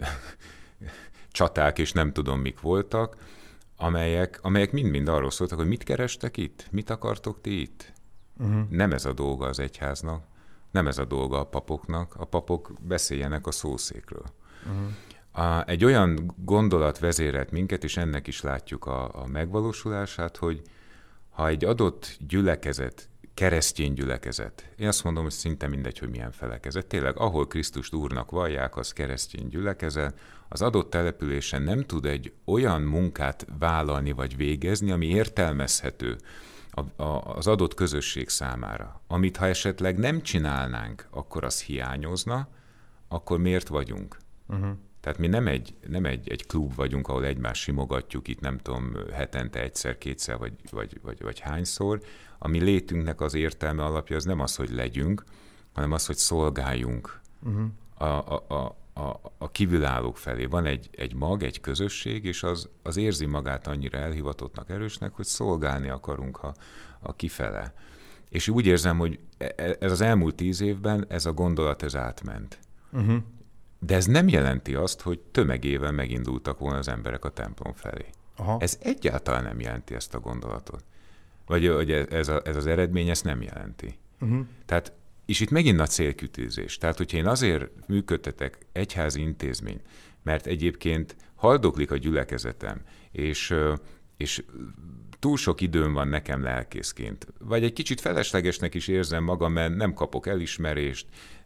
csaták, és nem tudom mik voltak, amelyek, amelyek mind-mind arról szóltak, hogy mit kerestek itt, mit akartok ti itt. Uh-huh. Nem ez a dolga az egyháznak, nem ez a dolga a papoknak, a papok beszéljenek a szószékről. Uh-huh. A, egy olyan gondolat vezérelt minket, és ennek is látjuk a, a megvalósulását, hogy ha egy adott gyülekezet, keresztény gyülekezet, én azt mondom, hogy szinte mindegy, hogy milyen felekezet, tényleg ahol Krisztust Úrnak vallják, az keresztény gyülekezet, az adott településen nem tud egy olyan munkát vállalni vagy végezni, ami értelmezhető a, a, az adott közösség számára. Amit ha esetleg nem csinálnánk, akkor az hiányozna, akkor miért vagyunk? Uh-huh. Tehát mi nem egy, nem egy, egy klub vagyunk, ahol egymást simogatjuk, itt nem tudom, hetente egyszer, kétszer, vagy, vagy, vagy, vagy hányszor. A mi létünknek az értelme alapja az nem az, hogy legyünk, hanem az, hogy szolgáljunk uh-huh. a, a, a, a, a kívülállók felé. Van egy, egy mag, egy közösség, és az, az érzi magát annyira elhivatottnak, erősnek, hogy szolgálni akarunk a, a kifele. És úgy érzem, hogy ez az elmúlt tíz évben ez a gondolat ez átment. Uh-huh. De ez nem jelenti azt, hogy tömegével megindultak volna az emberek a templom felé. Aha. Ez egyáltalán nem jelenti ezt a gondolatot. Vagy hogy ez, a, ez az eredmény ezt nem jelenti. Uh-huh. Tehát, és itt megint a célkütőzés. Tehát, hogyha én azért működtetek egyházi intézmény, mert egyébként haldoklik a gyülekezetem, és, és túl sok időm van nekem lelkészként, vagy egy kicsit feleslegesnek is érzem magam, mert nem kapok elismerést,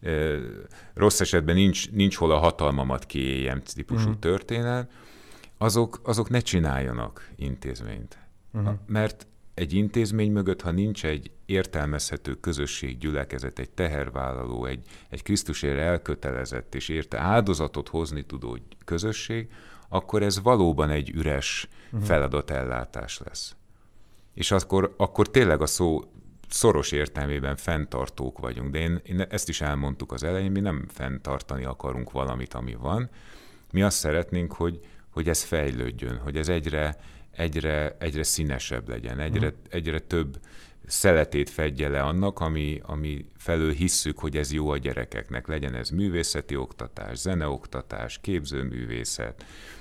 rossz esetben nincs, nincs hol a hatalmamat kiéljem típusú uh-huh. történet, azok, azok ne csináljanak intézményt. Uh-huh. Mert egy intézmény mögött, ha nincs egy értelmezhető közösség, gyülekezet, egy tehervállaló, egy, egy Krisztusért elkötelezett és érte áldozatot hozni tudó közösség, akkor ez valóban egy üres uh-huh. feladatellátás lesz. És akkor, akkor tényleg a szó szoros értelmében fenntartók vagyunk. De én, én ezt is elmondtuk az elején, mi nem fenntartani akarunk valamit, ami van. Mi azt szeretnénk, hogy, hogy ez fejlődjön, hogy ez egyre, egyre, egyre színesebb legyen, egyre, uh-huh. egyre több szeletét fedje le annak, ami, ami felől hisszük, hogy ez jó a gyerekeknek. Legyen ez művészeti oktatás, zeneoktatás, képzőművészet,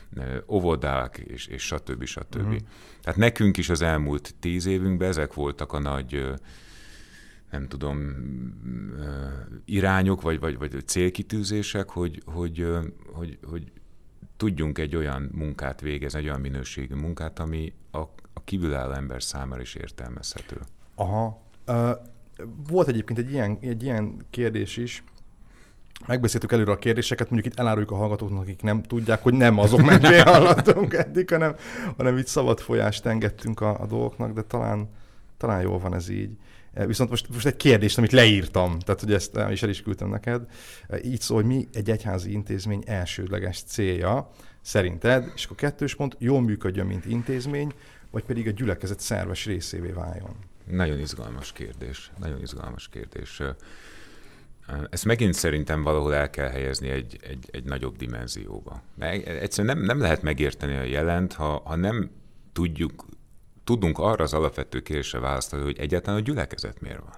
óvodák, és, és stb. stb. Uh-huh. Tehát nekünk is az elmúlt tíz évünkben ezek voltak a nagy, nem tudom, irányok, vagy, vagy, vagy célkitűzések, hogy, hogy, hogy, hogy tudjunk egy olyan munkát végezni, egy olyan minőségű munkát, ami a, a kívülálló ember számára is értelmezhető. Aha. Uh, volt egyébként egy ilyen, egy ilyen kérdés is. Megbeszéltük előre a kérdéseket, mondjuk itt eláruljuk a hallgatóknak, akik nem tudják, hogy nem azok mentén hallottunk eddig, hanem, hanem itt szabad folyást engedtünk a, a dolgoknak, de talán, talán jól van ez így. Viszont most, most egy kérdést, amit leírtam, tehát hogy ezt is el is küldtem neked. Így szól, hogy mi egy egyházi intézmény elsődleges célja szerinted, és akkor kettős pont, jól működjön, mint intézmény, vagy pedig a gyülekezet szerves részévé váljon? Nagyon izgalmas kérdés. Nagyon izgalmas kérdés. Ezt megint szerintem valahol el kell helyezni egy, egy, egy nagyobb dimenzióba. Egyszerűen nem, nem lehet megérteni a jelent, ha, ha nem tudjuk, tudunk arra az alapvető kérdésre választani, hogy egyáltalán a gyülekezet miért van.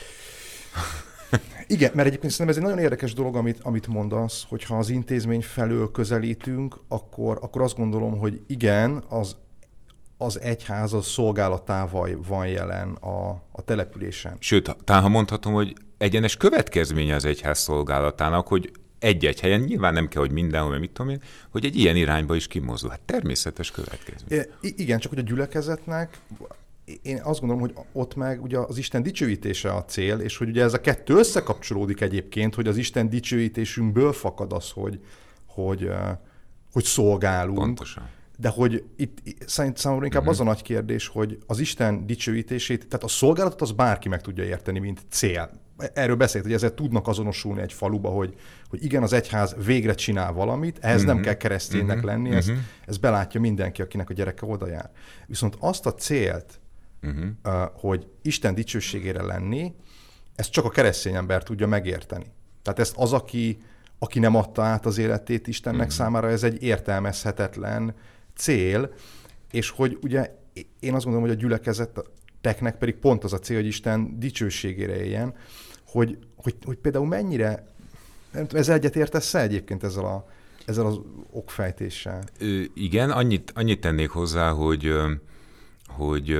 Igen, mert egyébként szerintem ez egy nagyon érdekes dolog, amit, amit mondasz, hogy ha az intézmény felől közelítünk, akkor, akkor azt gondolom, hogy igen, az, az egyház az szolgálatával van jelen a, a településen. Sőt, talán ha mondhatom, hogy egyenes következménye az egyház szolgálatának, hogy egy-egy helyen, nyilván nem kell, hogy mindenhol, mert mit tudom én, hogy egy ilyen irányba is kimozdul. Hát természetes következmény. I- igen, csak hogy a gyülekezetnek, én azt gondolom, hogy ott meg ugye az Isten dicsőítése a cél, és hogy ugye ez a kettő összekapcsolódik egyébként, hogy az Isten dicsőítésünkből fakad az, hogy, hogy, hogy szolgálunk. Pontosan. De hogy itt szerint számomra inkább uh-huh. az a nagy kérdés, hogy az Isten dicsőítését, tehát a szolgálatot az bárki meg tudja érteni, mint cél. Erről beszélt, hogy ezzel tudnak azonosulni egy faluba, hogy, hogy igen, az egyház végre csinál valamit, ehhez uh-huh. nem kell kereszténynek uh-huh. lenni, ezt, uh-huh. ezt belátja mindenki, akinek a gyereke oda jár. Viszont azt a célt, uh-huh. uh, hogy Isten dicsőségére lenni, ezt csak a keresztény ember tudja megérteni. Tehát ezt az, aki, aki nem adta át az életét Istennek uh-huh. számára, ez egy értelmezhetetlen cél, és hogy ugye én azt gondolom, hogy a gyülekezeteknek pedig pont az a cél, hogy Isten dicsőségére éljen, hogy, hogy, hogy például mennyire, nem tudom, ezzel egyet értesz egyébként ezzel, a, ezzel az okfejtéssel? Ö, igen, annyit, annyit tennék hozzá, hogy, hogy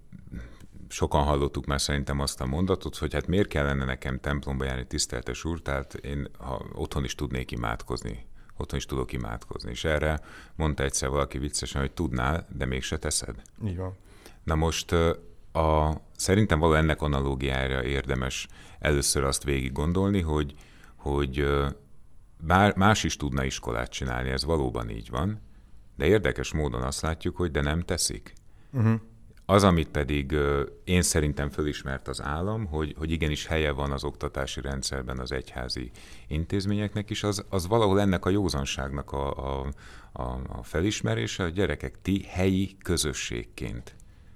sokan hallottuk már szerintem azt a mondatot, hogy hát miért kellene nekem templomba járni, tiszteltes úr, tehát én ha otthon is tudnék imádkozni. Otthon is tudok imádkozni. És erre mondta egyszer valaki viccesen, hogy tudnál, de mégse teszed. Így van. Na most a, szerintem való ennek analógiára érdemes először azt végig gondolni, hogy, hogy bár más is tudna iskolát csinálni, ez valóban így van, de érdekes módon azt látjuk, hogy de nem teszik. Uh-huh. Az, amit pedig én szerintem fölismert az állam, hogy, hogy igenis helye van az oktatási rendszerben az egyházi intézményeknek is, az, az valahol ennek a józanságnak a, a, a, a felismerése, hogy gyerekek, ti helyi közösségként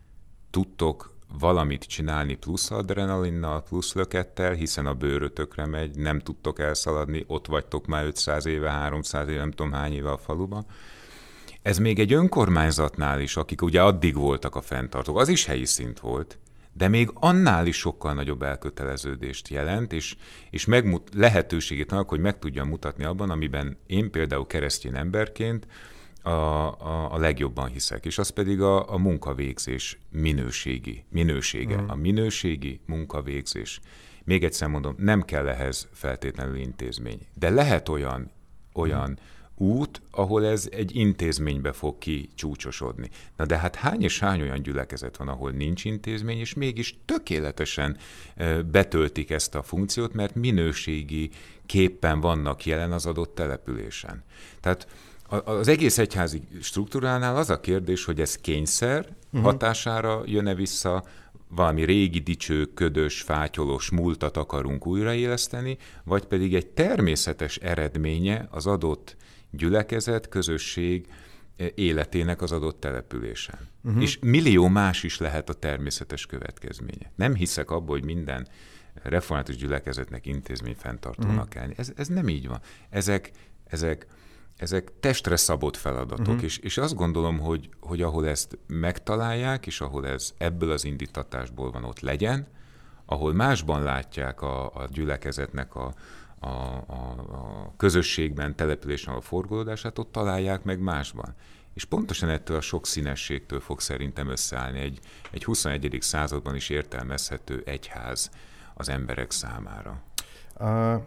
tudtok valamit csinálni plusz adrenalinnal, plusz lökettel, hiszen a bőrötökre megy, nem tudtok elszaladni, ott vagytok már ötszáz éve, háromszáz éve, nem tudom hány éve a faluban. Ez még egy önkormányzatnál is, akik ugye addig voltak a fenntartók, az is helyi szint volt, de még annál is sokkal nagyobb elköteleződést jelent, és, és megmut, lehetőségét annak, hogy meg tudjam mutatni abban, amiben én például keresztény emberként a, a, a legjobban hiszek, és az pedig a, a munkavégzés minőségi, minősége, mm. a minőségi munkavégzés. Még egyszer mondom, nem kell ehhez feltétlenül intézmény, de lehet olyan, olyan mm. út, ahol ez egy intézménybe fog kicsúcsosodni. Na de hát hány és hány olyan gyülekezet van, ahol nincs intézmény, és mégis tökéletesen betöltik ezt a funkciót, mert minőségi képpen vannak jelen az adott településen. Tehát az egész egyházi struktúránál az a kérdés, hogy ez kényszer hatására jön-e vissza, valami régi, dicső, ködös, fátyolos múltat akarunk újraéleszteni, vagy pedig egy természetes eredménye az adott gyülekezet, közösség életének az adott településen. Uh-huh. És millió más is lehet a természetes következménye. Nem hiszek abba, hogy minden református gyülekezetnek intézményfenntartónak uh-huh. kell. Ez, ez nem így van. Ezek, ezek, ezek testre szabott feladatok, uh-huh. és, és azt gondolom, hogy, hogy ahol ezt megtalálják, és ahol ez ebből az indítatásból van, ott legyen, ahol másban látják a, a gyülekezetnek a A, a, a közösségben, településen a forgolódását, ott találják meg másban. És pontosan ettől a sok színességtől fog szerintem összeállni egy, egy huszonegyedik században is értelmezhető egyház, az emberek számára. Uh,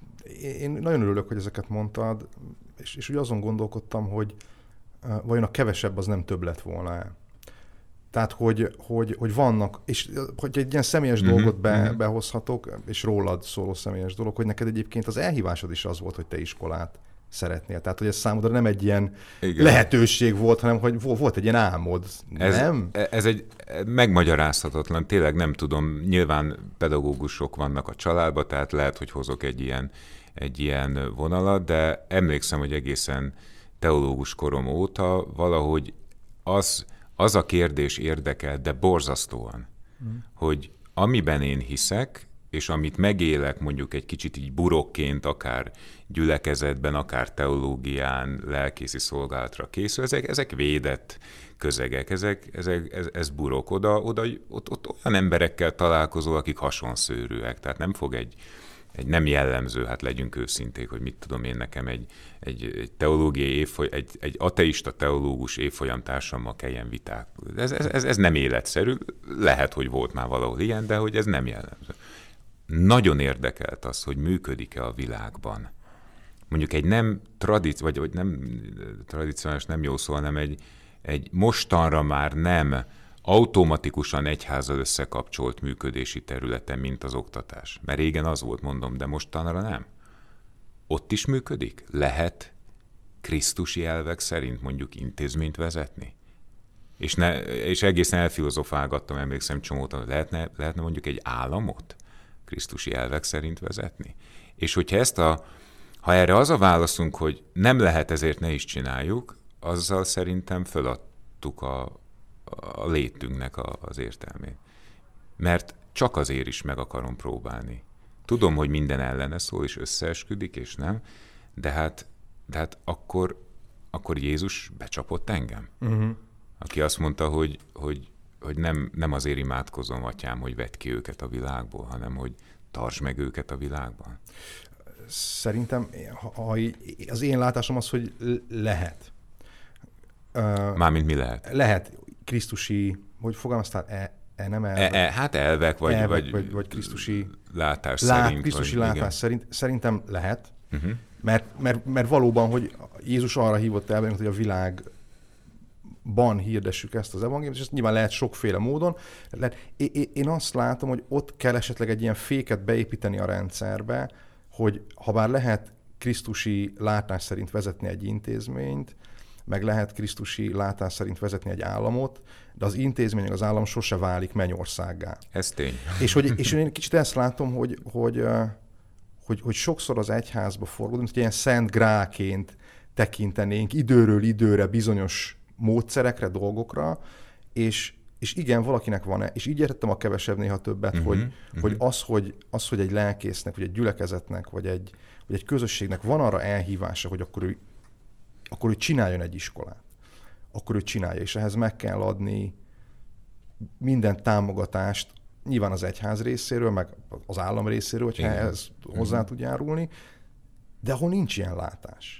én nagyon örülök, hogy ezeket mondtad, és, és úgy azon gondolkodtam, hogy uh, vajon a kevesebb az nem több lett volna-e. Tehát, hogy, hogy, hogy vannak, és hogy egy ilyen személyes uh-huh, dolgot be, uh-huh. behozhatok, és rólad szóló személyes dolog, hogy neked egyébként az elhívásod is az volt, hogy te iskolát szeretnél. Tehát, hogy ez számodra nem egy ilyen igen. lehetőség volt, hanem hogy volt egy ilyen álmod, ez, nem? Ez egy megmagyarázhatatlan, tényleg nem tudom, nyilván pedagógusok vannak a családban, tehát lehet, hogy hozok egy ilyen, egy ilyen vonalat, de emlékszem, hogy egészen teológus korom óta valahogy az, az a kérdés érdekel, de borzasztóan, hmm. hogy amiben én hiszek, és amit megélek mondjuk egy kicsit így burokként, akár gyülekezetben, akár teológián, lelkészi szolgálatra készül, ezek, ezek védett közegek, ezek, ezek, ez, ez burok. Oda, oda ott, ott olyan emberekkel találkozol, akik hasonszőrűek, tehát nem fog egy, egy nem jellemző, hát legyünk őszinték, hogy mit tudom én, nekem egy, egy, egy teológiai évfoly, egy, egy ateista teológus évfolyamtársammal kelljen viták. Ez, ez, ez, ez nem életszerű, lehet, hogy volt már valahol ilyen, de hogy ez nem jellemző. Nagyon érdekelt az, hogy működik-e a világban. Mondjuk egy nem tradic, vagy, vagy nem tradicionális, nem jó szó, hanem egy, egy mostanra már nem automatikusan egyházzal összekapcsolt működési területen, mint az oktatás. Mert régen az volt, mondom, de mostanra nem. Ott is működik? Lehet krisztusi elvek szerint mondjuk intézményt vezetni? És, ne, és egészen elfilozofálgattam, emlékszem csomót, lehetne, lehetne mondjuk egy államot krisztusi elvek szerint vezetni. És hogyha ezt a, ha erre az a válaszunk, hogy nem lehet, ezért ne is csináljuk, azzal szerintem föladtuk a, a létünknek a, az értelmét. Mert csak azért is meg akarom próbálni. Tudom, hogy minden ellene szól, és összeesküdik, és nem, de hát, de hát akkor, akkor Jézus becsapott engem. Uh-huh. Aki azt mondta, hogy, hogy hogy nem, nem azért imádkozom, atyám, hogy vedd ki őket a világból, hanem hogy tartsd meg őket a világban. Szerintem ha az én látásom az, hogy lehet. Mármint mi lehet? Lehet krisztusi, hogy fogalmaztál, e, e nem elvek? E, e, hát elvek, vagy, elvek, vagy, vagy, vagy krisztusi látás lát, szerint. Krisztusi vagy, látás igen. szerint. Szerintem lehet, uh-huh. mert, mert, mert valóban, hogy Jézus arra hívott el bennünket, hogy a világ ban hirdessük ezt az evangéliumot, és ezt nyilván lehet sokféle módon. Én azt látom, hogy ott kell esetleg egy ilyen féket beépíteni a rendszerbe, hogy ha bár lehet krisztusi látás szerint vezetni egy intézményt, meg lehet krisztusi látás szerint vezetni egy államot, de az intézmény, az állam sose válik mennyországgá. Ez tény. És, hogy, és én kicsit ezt látom, hogy, hogy, hogy, hogy sokszor az egyházba forgódunk, hogy ilyen szent grálként tekintenénk időről időre bizonyos módszerekre, dolgokra, és, és igen, valakinek van-e, és így értettem a kevesebb, néha többet, uh-huh, hogy, uh-huh. hogy, az, hogy az, hogy egy lelkésznek, vagy egy gyülekezetnek, vagy egy, vagy egy közösségnek van arra elhívása, hogy akkor ő, akkor ő csináljon egy iskolát. Akkor ő csinálja, és ehhez meg kell adni minden támogatást, nyilván az egyház részéről, meg az állam részéről, hogyha igen. ehhez hozzá uh-huh. tud járulni, de ahol nincs ilyen látás.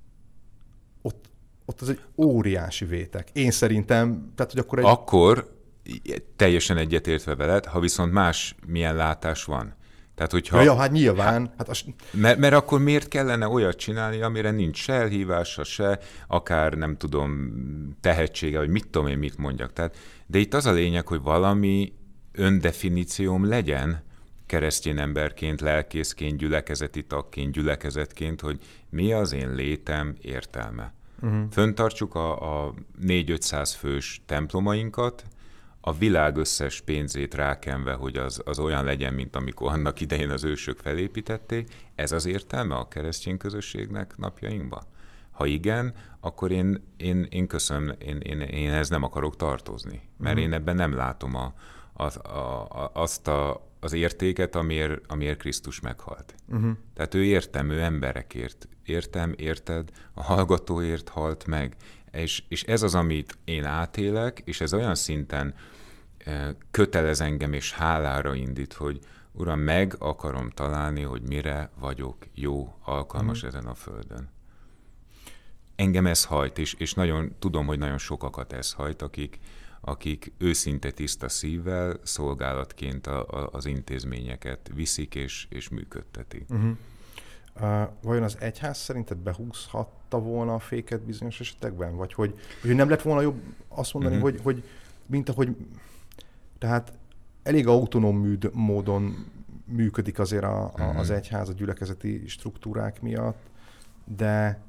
Ott Ott az egy óriási vétek. Én szerintem, tehát, hogy akkor egy... Akkor teljesen egyetértve veled, ha viszont más milyen látás van. Tehát, hogyha... Ja, ja, hát nyilván. Hát, hát az... mert, mert akkor miért kellene olyat csinálni, amire nincs se elhívása, se akár, nem tudom, tehetsége, vagy mit tudom én, mit mondjak. Tehát, de itt az a lényeg, hogy valami öndefinícióm legyen keresztény emberként, lelkészként, gyülekezeti tagként, gyülekezetként, hogy mi az én létem értelme. Uh-huh. Föntartsuk a, a négy-ötszáz fős templomainkat, a világ összes pénzét rákenve, hogy az, az olyan legyen, mint amikor annak idején az ősök felépítették. Ez az értelme a keresztény közösségnek napjainkban? Ha igen, akkor én, én, én köszönöm, én, én, én ez nem akarok tartozni, mert uh-huh. én ebben nem látom a, a, a, a, azt a, az értéket, amiért, amiért Krisztus meghalt. Uh-huh. Tehát ő értem, ő emberekért. Értem, érted, a hallgatóért halt meg. És, és ez az, amit én átélek, és ez olyan szinten e, kötelez engem, és hálára indít, hogy Uram, meg akarom találni, hogy mire vagyok jó, alkalmas mm. ezen a földön. Engem ez hajt, és, és nagyon tudom, hogy nagyon sokakat ez hajt, akik, akik őszinte tiszta szívvel szolgálatként a, a, az intézményeket viszik és, és működtetik. Uh-huh. Uh, vajon az egyház szerinted behúzhatta volna a féket bizonyos esetekben? Vagy hogy, hogy nem lett volna jobb azt mondani, uh-huh. hogy, hogy mint ahogy, tehát elég autonóm műd, módon működik azért a, a, uh-huh. az egyház a gyülekezeti struktúrák miatt, de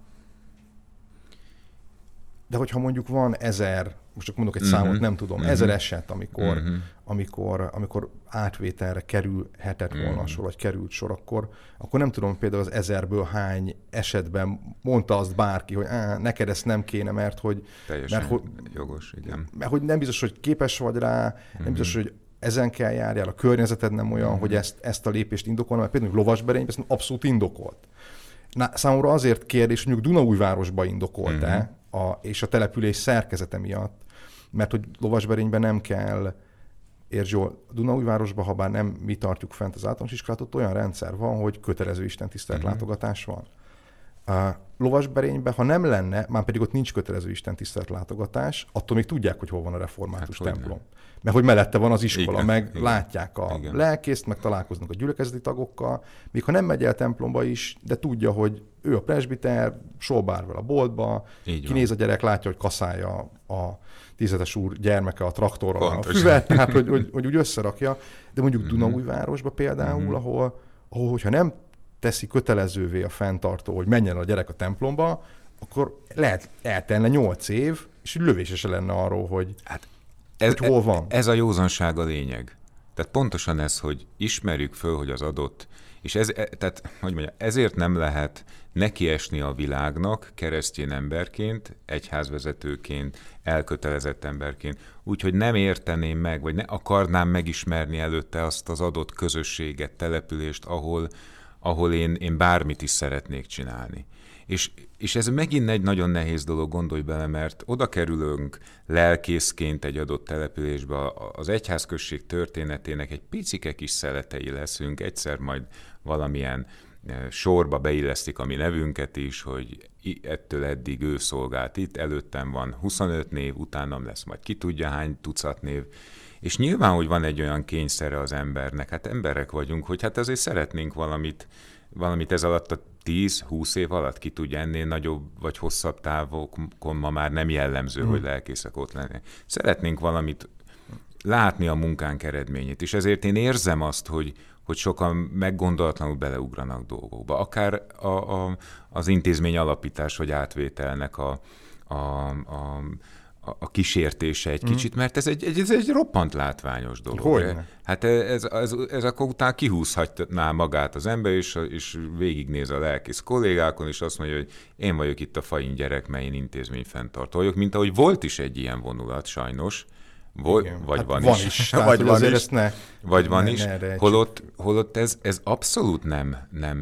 de hogyha mondjuk van ezer, most csak mondok egy uh-huh. számot, nem tudom, uh-huh. ezer eset, amikor, uh-huh. amikor, amikor átvételre kerülhetett volna uh-huh. sor, vagy került sor, akkor, akkor nem tudom például az ezerből hány esetben mondta azt bárki, hogy á, neked ezt nem kéne, mert hogy... Teljesen mert, hogy, jogos, igen. Mert hogy nem biztos, hogy képes vagy rá, uh-huh. nem biztos, hogy ezen kell járjál, a környezeted nem olyan, uh-huh. hogy ezt, ezt a lépést indokolna, mert például lovasberényben ezt abszolút indokolt. Na, számomra azért kérdés, hogy mondjuk Dunaújvárosba indokolt-e, uh-huh. A, és a település szerkezete miatt, mert hogy Lovasberényben nem kell, értsd jól, Dunaújvárosban, ha bár nem mi tartjuk fent az általános iskolát, ott olyan rendszer van, hogy kötelező istentisztelet uh-huh. látogatás van. A Lovasberényben, ha nem lenne, már pedig ott nincs kötelező istentisztelet látogatás, attól még tudják, hogy hol van a református hát, templom. Nem. Mert hogy mellette van az iskola, igen, meg igen, látják a igen. lelkészt, meg találkoznak a gyülekezeti tagokkal, még ha nem megy el templomba is, de tudja, hogy ő a presbiter, solbárvel a boltba, így kinéz van. A gyerek, látja, hogy kaszálja a tízedes úr gyermeke a traktorral a füvet, tehát hogy, hogy, hogy úgy összerakja. De mondjuk uh-huh. Dunaújvárosba például, uh-huh. ahol, ahol, hogyha nem teszi kötelezővé a fenntartó, hogy menjen a gyerek a templomba, akkor lehet eltelne nyolc év, és lövése se lenne arról, hogy... Hát Ez, hol van? Ez a józanság a lényeg. Tehát pontosan ez, hogy ismerjük föl, hogy az adott, és ez, tehát, hogy mondjam, ezért nem lehet nekiesni a világnak keresztény emberként, egyházvezetőként, elkötelezett emberként, úgyhogy nem érteném meg, vagy ne akarnám megismerni előtte azt az adott közösséget, települést, ahol, ahol én, én bármit is szeretnék csinálni. És, és ez megint egy nagyon nehéz dolog, gondolj bele, mert oda kerülünk lelkészként egy adott településbe, az egyházközség történetének egy picike kis szeletei leszünk, egyszer majd valamilyen sorba beillesztik a mi nevünket is, hogy ettől eddig ő szolgált itt, előttem van huszonöt név, utánam lesz majd ki tudja hány tucat név. És nyilván, hogy van egy olyan kényszere az embernek, hát emberek vagyunk, hogy hát azért szeretnénk valamit, valamit ez alatt a tíz-húsz év alatt, ki tudja, ennél nagyobb vagy hosszabb távokon ma már nem jellemző, hmm. hogy lelkészek ott lenni. Szeretnénk valamit látni a munkánk eredményét, és ezért én érzem azt, hogy, hogy sokan meggondolatlanul beleugranak dolgokba. Akár a, a, az intézmény alapítás vagy átvételnek a, a, a a kísértése egy kicsit, mert ez egy, ez egy roppant látványos dolog. Hogyne? Hát ez, ez, ez akkor után kihúzhatná magát az ember, és, és végignéz a lelkész kollégákon, és azt mondja, hogy én vagyok itt a fain gyerek, mely én intézmény fenntartó vagyok, mint ahogy volt is egy ilyen vonulat, sajnos. Vol, vagy hát van, van is. is. Tehát, vagy van is. Ne, vagy van ne, is. Ne holott, holott ez, ez abszolút nem, nem,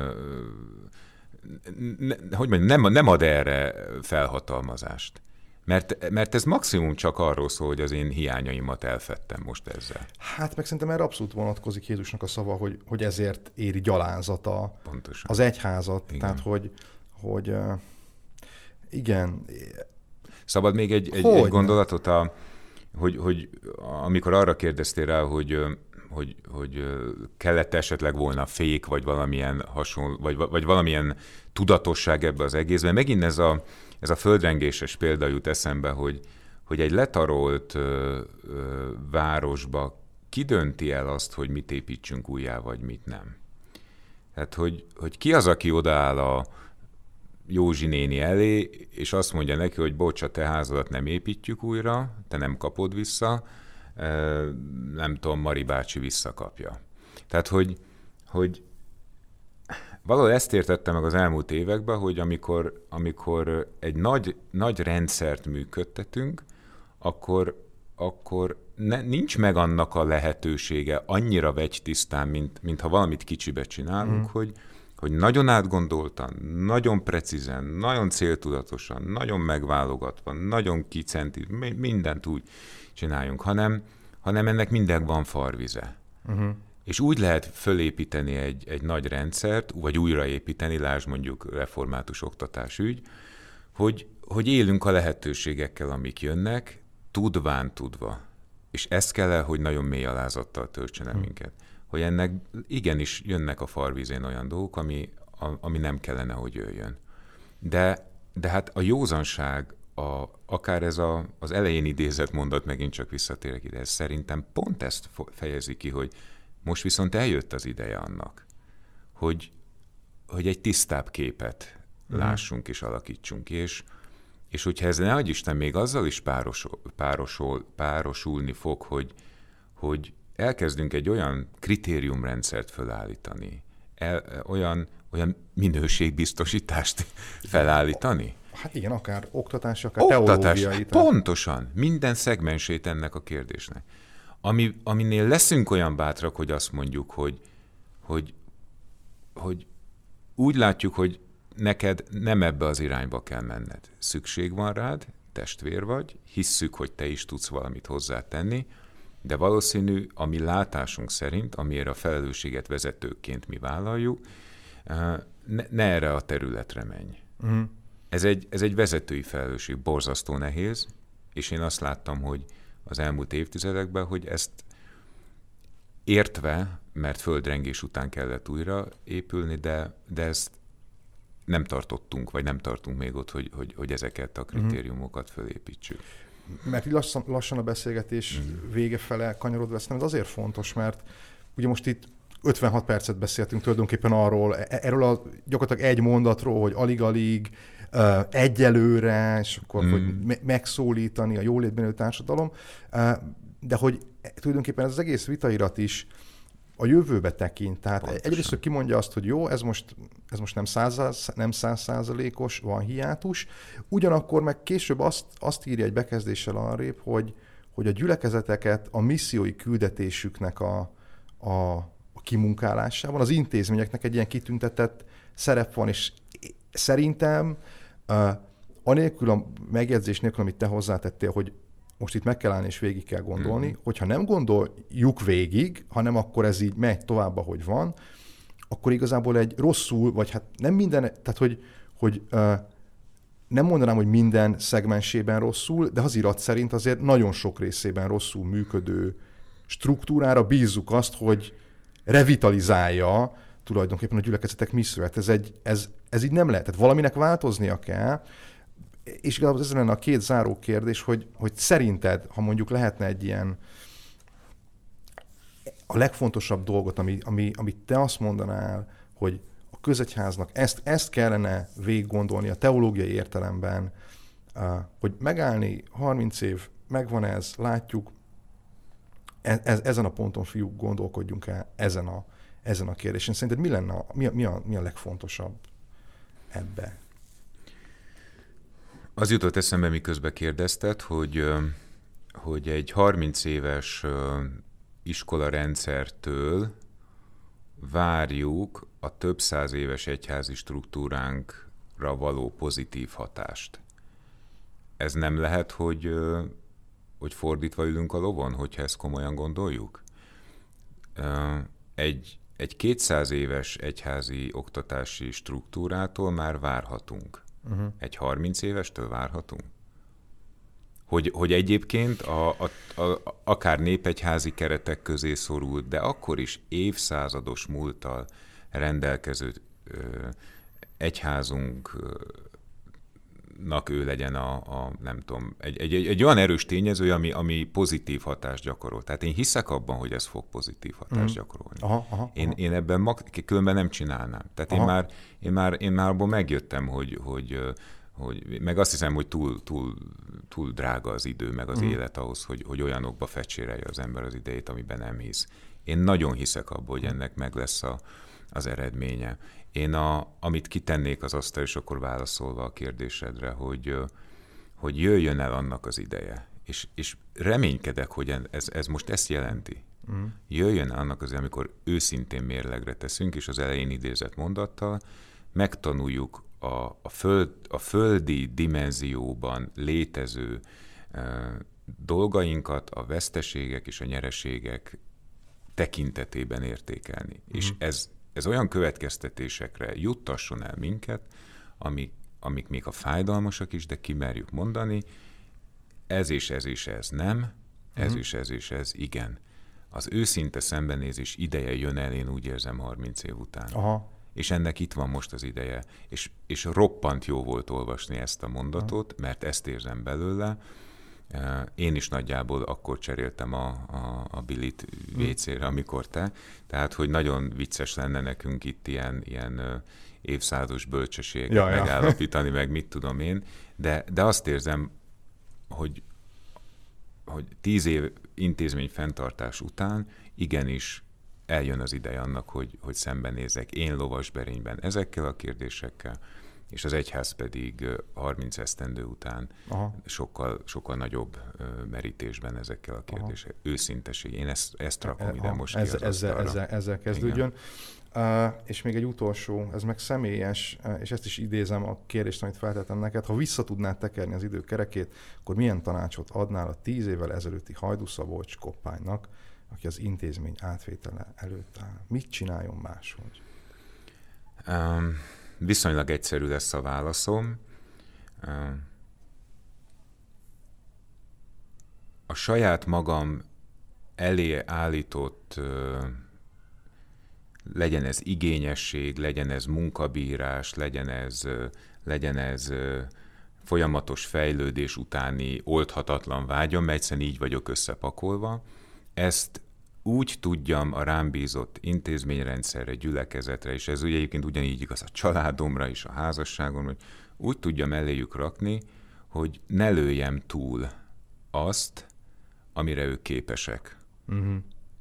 ne, hogy mondjam, nem, nem ad erre felhatalmazást. Mert, mert ez maximum csak arról szól, hogy az én hiányaimat elfedtem most ezzel. Hát meg szerintem erre abszolút vonatkozik Jézusnak a szava, hogy, hogy ezért éri gyalázata pontosan. Az egyházat. Igen. Tehát, hogy, hogy uh, igen. Szabad még egy, egy, egy gondolatot, a, hogy, hogy amikor arra kérdeztél rá, hogy, hogy, hogy kellett esetleg volna fék, vagy valamilyen hasonló, vagy, vagy valamilyen tudatosság ebbe az egészben. Megint ez a Ez a földrengéses példa jut eszembe, hogy, hogy egy letarolt ö, ö, városba ki dönti el azt, hogy mit építsünk újjá, vagy mit nem. Tehát, hogy, hogy ki az, aki odaáll a Józsi néni elé, és azt mondja neki, hogy bocs, a te házadat nem építjük újra, te nem kapod vissza, ö, nem tudom, Mari bácsi visszakapja. Tehát, hogy, hogy valahol ezt értettem meg az elmúlt években, hogy amikor, amikor egy nagy, nagy rendszert működtetünk, akkor, akkor ne, nincs meg annak a lehetősége annyira vegytisztán, mint, mint ha valamit kicsibe csinálunk, mm. hogy, hogy nagyon átgondoltan, nagyon precízen, nagyon céltudatosan, nagyon megválogatva, nagyon kicenti, mindent úgy csináljunk, hanem, hanem ennek minden van farvize. Mm. És úgy lehet fölépíteni egy, egy nagy rendszert, vagy újraépíteni, lásd mondjuk református oktatásügy, hogy, hogy élünk a lehetőségekkel, amik jönnek, tudván tudva, és ez kell, hogy nagyon mély alázattal töltsön el minket, hogy ennek igenis jönnek a farvízén olyan dolgok, ami, a, ami nem kellene, hogy jöjjön. De, de hát a józanság, a, akár ez a, az elején idézett mondat, megint csak visszatérek ide, ez szerintem pont ezt fejezi ki, hogy most viszont eljött az ideje annak, hogy, hogy egy tisztább képet mm. lássunk és alakítsunk, és, és hogyha ez ne adj Isten még azzal is párosul, párosul, párosulni fog, hogy, hogy elkezdünk egy olyan kritériumrendszert felállítani, el, olyan, olyan minőségbiztosítást felállítani. Hát igen, akár oktatás, akár oktatás, teológiai. Pontosan, minden szegmensét ennek a kérdésnek. Ami, aminél leszünk olyan bátrak, hogy azt mondjuk, hogy, hogy, hogy úgy látjuk, hogy neked nem ebbe az irányba kell menned. Szükség van rád, testvér vagy, hisszük, hogy te is tudsz valamit hozzátenni, de valószínű, a mi látásunk szerint, amiért a felelősséget vezetőként mi vállaljuk, ne, ne erre a területre menj. Uh-huh. Ez egy, ez egy vezetői felelősség, borzasztó nehéz, és én azt láttam, hogy az elmúlt évtizedekben, hogy ezt értve, mert földrengés után kellett újra épülni, de, de ezt nem tartottunk, vagy nem tartunk még ott, hogy, hogy, hogy ezeket a kritériumokat fölépítsük. Mert lassan, lassan a beszélgetés mm. vége fele kanyarodva, ez azért fontos, mert ugye most itt ötvenhat percet beszéltünk tulajdonképpen arról, erről a gyakorlatilag egy mondatról, hogy alig-alig, uh, egyelőre, és akkor mm. hogy me- megszólítani a jólétben élő társadalom, uh, de hogy tulajdonképpen ez az egész vitairat is a jövőbe tekint. Tehát pontosan. Egyrészt kimondja azt, hogy jó, ez most, ez most nem száz, nem száz százalékos, van hiátus, ugyanakkor meg később azt, azt írja egy bekezdéssel arrébb, hogy, hogy a gyülekezeteket a missziói küldetésüknek a, a, a kimunkálásában, az intézményeknek egy ilyen kitüntetett szerep van, és szerintem uh, anélkül a megjegyzés nélkül, amit te hozzátettél, hogy most itt meg kell állni és végig kell gondolni, mm. hogyha nem gondoljuk végig, hanem akkor ez így megy tovább, ahogy van, akkor igazából egy rosszul, vagy hát nem minden, tehát hogy, hogy uh, nem mondanám, hogy minden szegmensében rosszul, de az irat szerint azért nagyon sok részében rosszul működő struktúrára bízzuk azt, hogy revitalizálja tulajdonképpen a gyülekezetek misszióját. Ez, egy, ez, ez így nem lehet. Tehát valaminek változnia kell, és igazából ez lenne a két záró kérdés, hogy, hogy szerinted, ha mondjuk lehetne egy ilyen a legfontosabb dolgot, ami, ami, amit te azt mondanál, hogy a közegyháznak ezt, ezt kellene végiggondolni a teológiai értelemben, hogy megállni, harminc év, megvan ez, látjuk, ez, ezen a ponton, fiúk, gondolkodjunk el ezen a, ezen a kérdésen. Szerinted mi lenne, a, mi, a, mi, a, mi a legfontosabb ebbe? Az jutott eszembe, miközben kérdezted, hogy, hogy egy harminc éves iskolarendszertől várjuk a több száz éves egyházi struktúránkra való pozitív hatást. Ez nem lehet, hogy, hogy fordítva ülünk a lovon, hogyha ezt komolyan gondoljuk? Egy, egy kétszáz éves egyházi oktatási struktúrától már várhatunk. Uh-huh. Egy harminc évestől várhatunk? Hogy, hogy egyébként a, a, a, akár népegyházi keretek közé szorult, de akkor is évszázados múlttal rendelkező ö, egyházunknak ő legyen a, a nem tudom, egy, egy, egy, egy olyan erős tényező, ami, ami pozitív hatást gyakorol. Tehát én hiszek abban, hogy ez fog pozitív hatást uh-huh. gyakorolni. Aha, aha, én, aha. én ebben mag, különben nem csinálnám. Tehát én már, én, már, én már abból megjöttem, hogy, hogy, hogy meg azt hiszem, hogy túl, túl, túl drága az idő, meg az uh-huh. élet ahhoz, hogy, hogy olyanokba fecsérelje az ember az idejét, amiben nem hisz. Én nagyon hiszek abban, hogy ennek meg lesz a, az eredménye. Én a, amit kitennék az asztal, és akkor válaszolva a kérdésedre, hogy, hogy jöjjön el annak az ideje. És, és reménykedek, hogy ez, ez most ezt jelenti. Mm. Jöjjön el annak az ideje, amikor őszintén mérlegre teszünk, és az elején idézett mondattal megtanuljuk a, a, föld, a földi dimenzióban létező e, dolgainkat, a veszteségek és a nyereségek tekintetében értékelni. Mm. És ez Ez olyan következtetésekre juttasson el minket, amik, amik még a fájdalmasak is, de kimerjük mondani, ez és ez és ez nem, ez Mhm. és ez és ez igen. Az őszinte szembenézés ideje jön el, én úgy érzem, harminc év után. Aha. És ennek itt van most az ideje. És, és roppant jó volt olvasni ezt a mondatot, mert ezt érzem belőle. Én is nagyjából akkor cseréltem a, a, a Billit vé cére, amikor te. Tehát, hogy nagyon vicces lenne nekünk itt ilyen, ilyen évszázados bölcsességet ja, ja. megállapítani, meg mit tudom én. De, de azt érzem, hogy, hogy tíz év intézmény fenntartás után igenis eljön az ideje annak, hogy, hogy szembenézek én lovasberényben ezekkel a kérdésekkel, és az egyház pedig harminc esztendő után Aha. sokkal, sokkal nagyobb merítésben ezekkel a kérdésekkel. Őszinteség. Én ezt, ezt rakom e, ide ha, most ezzel, ki az ezzel, ezzel, ezzel kezdődjön. Uh, és még egy utolsó, ez meg személyes, uh, és ezt is idézem a kérdést, amit feltettem neked. Ha vissza tudnád tekerni az idő kerekét, akkor milyen tanácsot adnál a tíz évvel ezelőtti Hajdú Szabolcs Koppánynak, aki az intézmény átvétele előtt áll? Mit csináljon máshogy? Um, viszonylag egyszerű lesz a válaszom. Um, a saját magam elé állított, uh, legyen ez igényesség, legyen ez munkabírás, legyen ez, uh, legyen ez uh, folyamatos fejlődés utáni oldhatatlan vágyam, mert egyszerűen így vagyok összepakolva. Ezt úgy tudjam a rám bízott intézményrendszerre, gyülekezetre, és ez ugye egyébként ugyanígy igaz a családomra és a házasságomra, hogy úgy tudjam eléjük rakni, hogy ne lőjem túl azt, amire ők képesek. Uh-huh.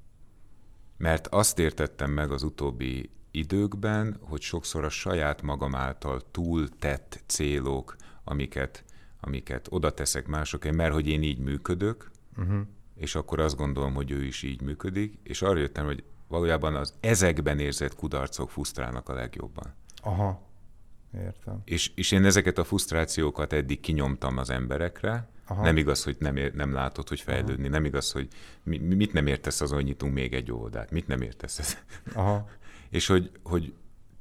Mert azt értettem meg az utóbbi időkben, hogy sokszor a saját magam által túl tett célok, amiket, amiket oda teszek másokért, mert hogy én így működök, uh-huh. és akkor azt gondolom, hogy ő is így működik, és arra jöttem, hogy valójában az ezekben érzett kudarcok frusztrálnak a legjobban. Aha, értem. És, és én ezeket a frusztrációkat eddig kinyomtam az emberekre. Aha. Nem igaz, hogy nem, ér, nem látod, hogy fejlődni. Aha. Nem igaz, hogy mi, mit nem értesz azon, hogy nyitunk még egy oldalt. Mit nem értesz? Aha. És hogy, hogy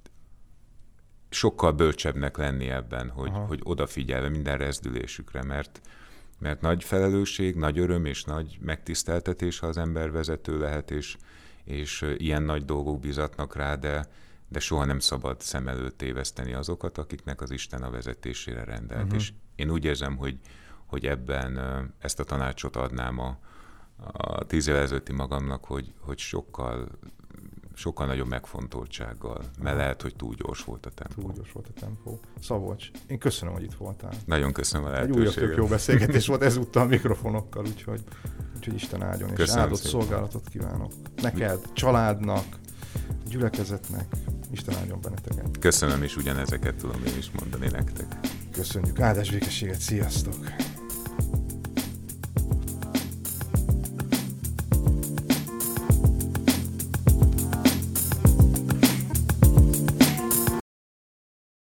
sokkal bölcsebbnek lenni ebben, hogy, hogy odafigyelve minden rezdülésükre, mert Mert nagy felelősség, nagy öröm és nagy megtiszteltetés, ha az ember vezető lehet, és, és ilyen nagy dolgok bizatnak rá, de, de soha nem szabad szem előtt téveszteni azokat, akiknek az Isten a vezetésére rendelt. Uh-huh. És én úgy érzem, hogy, hogy ebben ezt a tanácsot adnám a, a tíz évvel ezelőtti magamnak, hogy, hogy sokkal, sokkal nagyobb megfontoltsággal, mert lehet, hogy túl gyors volt a tempó. Túl gyors volt a tempó. Szabolcs, én köszönöm, hogy itt voltál. Nagyon köszönöm a lehetőséget. Egy újabb tök jó beszélgetés volt ezúttal mikrofonokkal, úgyhogy, úgyhogy Isten áldjon, és köszönöm áldott szépen. Szolgálatot kívánok. Neked, családnak, gyülekezetnek, Isten áldjon benneteket. Köszönöm, és ugyanezeket tudom én is mondani nektek. Köszönjük, áldás békességet, sziasztok!